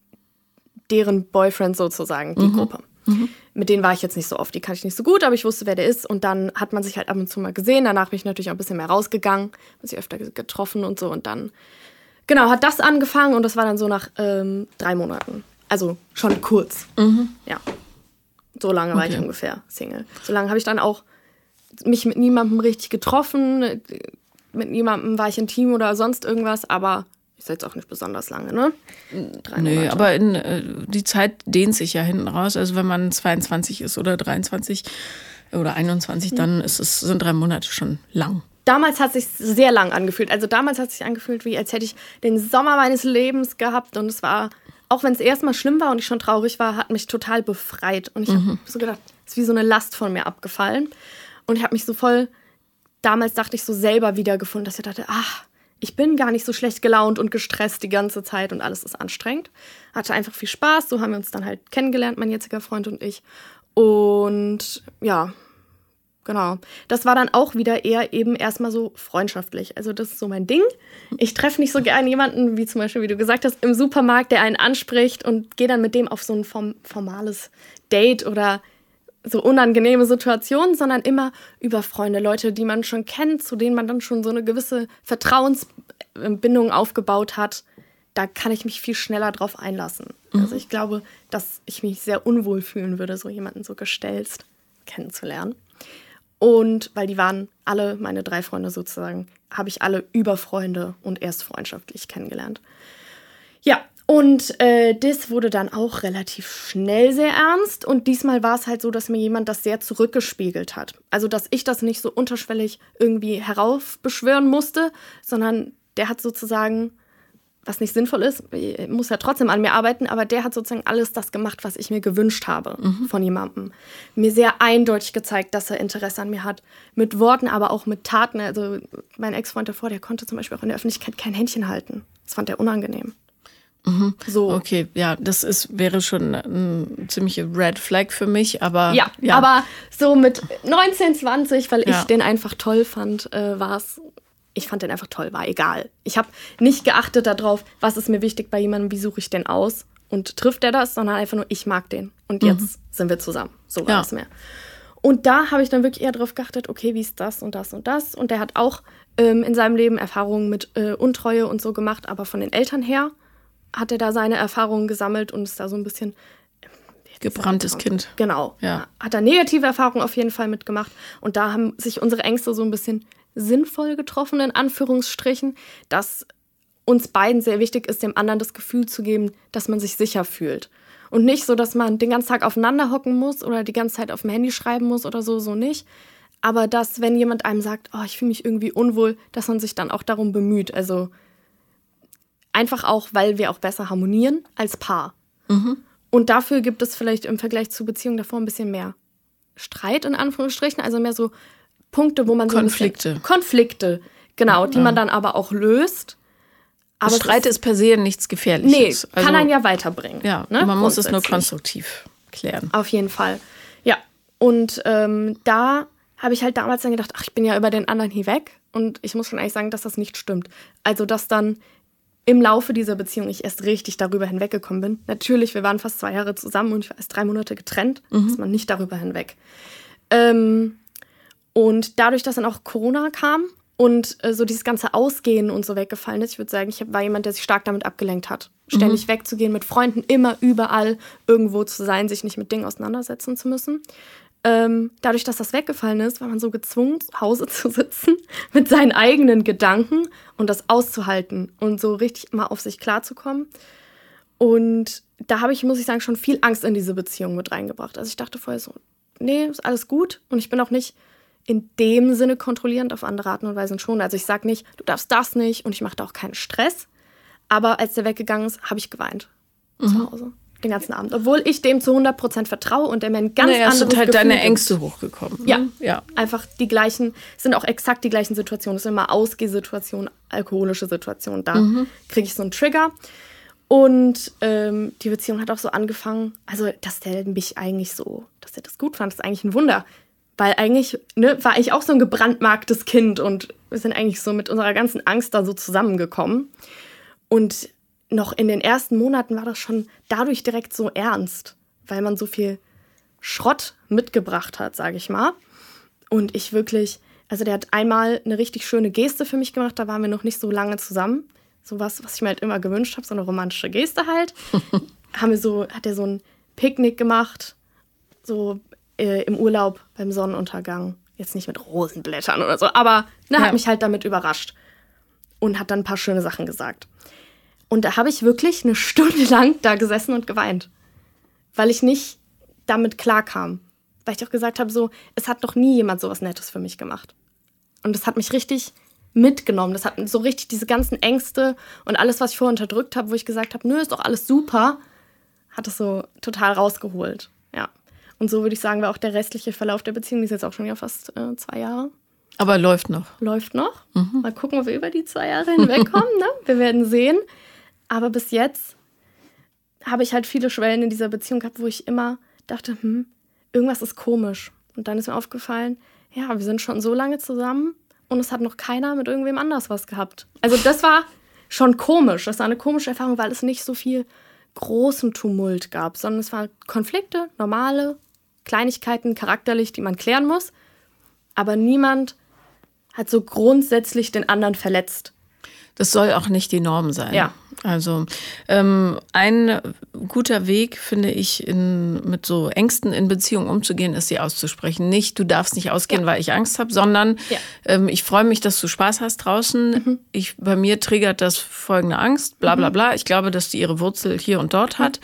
deren Boyfriend sozusagen, die Gruppe. Mit denen war ich jetzt nicht so oft, die kannte ich nicht so gut, aber ich wusste, wer der ist. Und dann hat man sich halt ab und zu mal gesehen. Danach bin ich natürlich auch ein bisschen mehr rausgegangen, bin sich öfter getroffen und so. Und dann, genau, hat das angefangen und das war dann so nach 3 Monaten. Also schon kurz. Ja. So lange war ich ungefähr Single. So lange habe ich dann auch mich mit niemandem richtig getroffen. Mit niemandem war ich intim oder sonst irgendwas, aber ist jetzt auch nicht besonders lange, ne? 3 Monate. Nö, aber die Zeit dehnt sich ja hinten raus. Also wenn man 22 ist oder 23 oder 21, dann sind 3 Monate schon lang. Damals hat es sich sehr lang angefühlt. Also damals hat es sich angefühlt, wie als hätte ich den Sommer meines Lebens gehabt. Und es war, auch wenn es erstmal schlimm war und ich schon traurig war, hat mich total befreit. Und ich habe so gedacht, es ist wie so eine Last von mir abgefallen. Und ich habe mich so voll, damals dachte ich so selber wiedergefunden, dass ich dachte, ich bin gar nicht so schlecht gelaunt und gestresst die ganze Zeit und alles ist anstrengend. Hatte einfach viel Spaß, so haben wir uns dann halt kennengelernt, mein jetziger Freund und ich. Und ja, genau. Das war dann auch wieder eher eben erstmal so freundschaftlich. Also das ist so mein Ding. Ich treffe nicht so gerne jemanden, wie zum Beispiel, wie du gesagt hast, im Supermarkt, der einen anspricht und gehe dann mit dem auf so ein formales Date oder so unangenehme Situationen, sondern immer über Freunde, Leute, die man schon kennt, zu denen man dann schon so eine gewisse Vertrauensbindung aufgebaut hat. Da kann ich mich viel schneller drauf einlassen. Also ich glaube, dass ich mich sehr unwohl fühlen würde, so jemanden so gestelzt kennenzulernen. Und weil die waren alle, meine 3 Freunde sozusagen, habe ich alle über Freunde und erst freundschaftlich kennengelernt. Ja, Und das wurde dann auch relativ schnell sehr ernst. Und diesmal war es halt so, dass mir jemand das sehr zurückgespiegelt hat. Also, dass ich das nicht so unterschwellig irgendwie heraufbeschwören musste, sondern der hat sozusagen, was nicht sinnvoll ist, ich muss ja trotzdem an mir arbeiten, aber der hat sozusagen alles das gemacht, was ich mir gewünscht habe von jemandem. Mir sehr eindeutig gezeigt, dass er Interesse an mir hat. Mit Worten, aber auch mit Taten. Also mein Ex-Freund davor, der konnte zum Beispiel auch in der Öffentlichkeit kein Händchen halten. Das fand er unangenehm. So. Okay, ja, das wäre schon ein ziemliche Red Flag für mich, aber... Ja, aber so mit 19, 20, weil ich den einfach toll fand, war es... Ich fand den einfach toll, war egal. Ich habe nicht geachtet darauf, was ist mir wichtig bei jemandem, wie suche ich den aus und trifft der das, sondern einfach nur, ich mag den. Und jetzt sind wir zusammen. So war es mehr. Und da habe ich dann wirklich eher darauf geachtet, okay, wie ist das und das und das. Und der hat auch in seinem Leben Erfahrungen mit Untreue und so gemacht, aber von den Eltern her hat er da seine Erfahrungen gesammelt und ist da so ein bisschen... Gebranntes Kind. Genau. Ja. Hat da negative Erfahrungen auf jeden Fall mitgemacht. Und da haben sich unsere Ängste so ein bisschen sinnvoll getroffen, in Anführungsstrichen, dass uns beiden sehr wichtig ist, dem anderen das Gefühl zu geben, dass man sich sicher fühlt. Und nicht so, dass man den ganzen Tag aufeinander hocken muss oder die ganze Zeit auf dem Handy schreiben muss oder so nicht. Aber dass, wenn jemand einem sagt, oh, ich fühle mich irgendwie unwohl, dass man sich dann auch darum bemüht. Also einfach auch, weil wir auch besser harmonieren als Paar. Und dafür gibt es vielleicht im Vergleich zu Beziehungen davor ein bisschen mehr Streit, in Anführungsstrichen, also mehr so Punkte, wo man so Konflikte, genau, die man dann aber auch löst. Aber Streit ist per se nichts Gefährliches. Nee, kann einen ja weiterbringen. Ja, ne? Man muss es nur konstruktiv klären. Auf jeden Fall, ja. Und da habe ich halt damals dann gedacht, ach, ich bin ja über den anderen hinweg. Und ich muss schon eigentlich sagen, dass das nicht stimmt. Also, dass dann im Laufe dieser Beziehung ich erst richtig darüber hinweggekommen bin. Natürlich, wir waren fast 2 Jahre zusammen und ich war erst 3 Monate getrennt. Ist man nicht darüber hinweg. Und dadurch, dass dann auch Corona kam und so dieses ganze Ausgehen und so weggefallen ist, ich würde sagen, ich war jemand, der sich stark damit abgelenkt hat. Ständig wegzugehen, mit Freunden immer überall irgendwo zu sein, sich nicht mit Dingen auseinandersetzen zu müssen. Dadurch, dass das weggefallen ist, war man so gezwungen, zu Hause zu sitzen mit seinen eigenen Gedanken und das auszuhalten und so richtig mal auf sich klarzukommen. Und da habe ich, muss ich sagen, schon viel Angst in diese Beziehung mit reingebracht. Also ich dachte vorher so, nee, ist alles gut. Und ich bin auch nicht in dem Sinne kontrollierend, auf andere Arten und Weisen schon. Also ich sage nicht, du darfst das nicht und ich mache da auch keinen Stress. Aber als der weggegangen ist, habe ich geweint zu Hause. Den ganzen Abend. Obwohl ich dem zu 100% vertraue und der mir ein ganz anderes sind halt Gefühl deine gibt. Ängste hochgekommen. Ne? Ja, einfach die gleichen, sind auch exakt die gleichen Situationen. Es sind immer Ausgehsituationen, alkoholische Situationen. Da kriege ich so einen Trigger. Und die Beziehung hat auch so angefangen, also dass der mich eigentlich so, dass er das gut fand, ist eigentlich ein Wunder. Weil eigentlich war ich auch so ein gebrandmarktes Kind und wir sind eigentlich so mit unserer ganzen Angst da so zusammengekommen. Und noch in den ersten Monaten war das schon dadurch direkt so ernst, weil man so viel Schrott mitgebracht hat, sage ich mal. Und ich wirklich, also der hat einmal eine richtig schöne Geste für mich gemacht, da waren wir noch nicht so lange zusammen. So was ich mir halt immer gewünscht habe, so eine romantische Geste halt. Hat er so ein Picknick gemacht, so im Urlaub beim Sonnenuntergang. Jetzt nicht mit Rosenblättern oder so, aber hat mich halt damit überrascht. Und hat dann ein paar schöne Sachen gesagt. Und da habe ich wirklich 1 Stunde lang da gesessen und geweint. Weil ich nicht damit klarkam. Weil ich auch gesagt habe, so, es hat noch nie jemand sowas Nettes für mich gemacht. Und das hat mich richtig mitgenommen. Das hat so richtig diese ganzen Ängste und alles, was ich vorher unterdrückt habe, wo ich gesagt habe, nö, ist doch alles super, hat es so total rausgeholt. Ja. Und so würde ich sagen, war auch der restliche Verlauf der Beziehung, die ist jetzt auch schon ja fast 2 Jahre. Aber läuft noch. Läuft noch. Mal gucken, ob wir über die 2 Jahre hinwegkommen. Ne? Wir werden sehen. Aber bis jetzt habe ich halt viele Schwellen in dieser Beziehung gehabt, wo ich immer dachte, irgendwas ist komisch. Und dann ist mir aufgefallen, ja, wir sind schon so lange zusammen und es hat noch keiner mit irgendwem anders was gehabt. Also das war schon komisch. Das war eine komische Erfahrung, weil es nicht so viel großen Tumult gab, sondern es waren Konflikte, normale Kleinigkeiten, charakterlich, die man klären muss. Aber niemand hat so grundsätzlich den anderen verletzt. Das soll auch nicht die Norm sein. Ja. Also ein guter Weg, finde ich, mit so Ängsten in Beziehung umzugehen, ist, sie auszusprechen. Nicht, du darfst nicht ausgehen, weil ich Angst habe, sondern ich freue mich, dass du Spaß hast draußen. Bei mir triggert das folgende Angst, bla bla bla. Ich glaube, dass die ihre Wurzel hier und dort hat.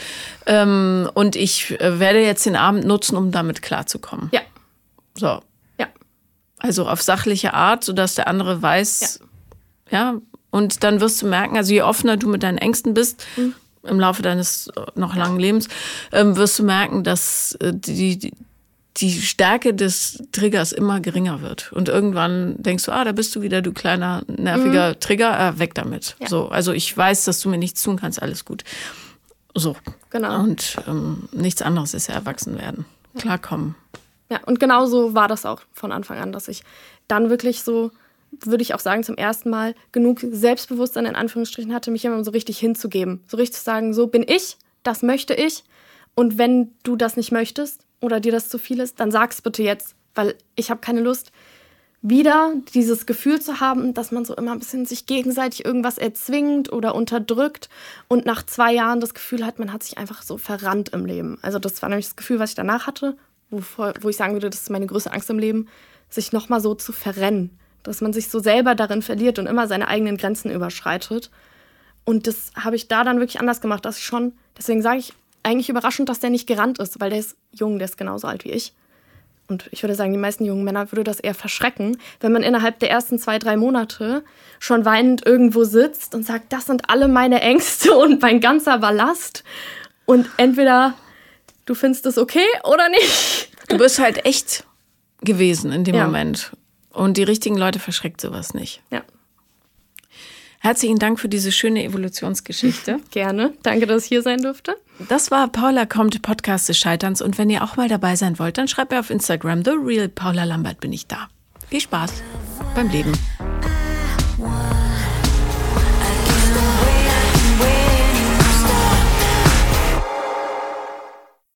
Und ich werde jetzt den Abend nutzen, um damit klarzukommen. Ja. So. Ja. Also auf sachliche Art, sodass der andere weiß, ja. Und dann wirst du merken, also je offener du mit deinen Ängsten bist, im Laufe deines noch langen Lebens, wirst du merken, dass die Stärke des Triggers immer geringer wird. Und irgendwann denkst du, da bist du wieder, du kleiner, nerviger Trigger, weg damit. Ja. So, also ich weiß, dass du mir nichts tun kannst, alles gut. So. Genau. Und nichts anderes ist ja Erwachsenwerden. Klarkommen. Ja, und genau so war das auch von Anfang an, dass ich dann wirklich so, würde ich auch sagen, zum ersten Mal genug Selbstbewusstsein in Anführungsstrichen hatte, mich immer so richtig hinzugeben. So richtig zu sagen, so bin ich, das möchte ich. Und wenn du das nicht möchtest oder dir das zu viel ist, dann sag's bitte jetzt, weil ich habe keine Lust, wieder dieses Gefühl zu haben, dass man so immer ein bisschen sich gegenseitig irgendwas erzwingt oder unterdrückt und nach 2 Jahren das Gefühl hat, man hat sich einfach so verrannt im Leben. Also das war nämlich das Gefühl, was ich danach hatte, wo ich sagen würde, das ist meine größte Angst im Leben, sich nochmal so zu verrennen. Dass man sich so selber darin verliert und immer seine eigenen Grenzen überschreitet. Und das habe ich da dann wirklich anders gemacht, dass ich schon, deswegen sage ich eigentlich überraschend, dass der nicht gerannt ist, weil der ist jung, der ist genauso alt wie ich. Und ich würde sagen, die meisten jungen Männer würde das eher verschrecken, wenn man innerhalb der ersten 2-3 Monate schon weinend irgendwo sitzt und sagt, das sind alle meine Ängste und mein ganzer Ballast. Und entweder du findest es okay oder nicht. Du bist halt echt gewesen in dem Moment. Und die richtigen Leute verschreckt sowas nicht. Ja. Herzlichen Dank für diese schöne Evolutionsgeschichte. Gerne. Danke, dass ich hier sein durfte. Das war Paula kommt, Podcast des Scheiterns. Und wenn ihr auch mal dabei sein wollt, dann schreibt mir auf Instagram, The Real Paula Lambert bin ich da. Viel Spaß beim Leben.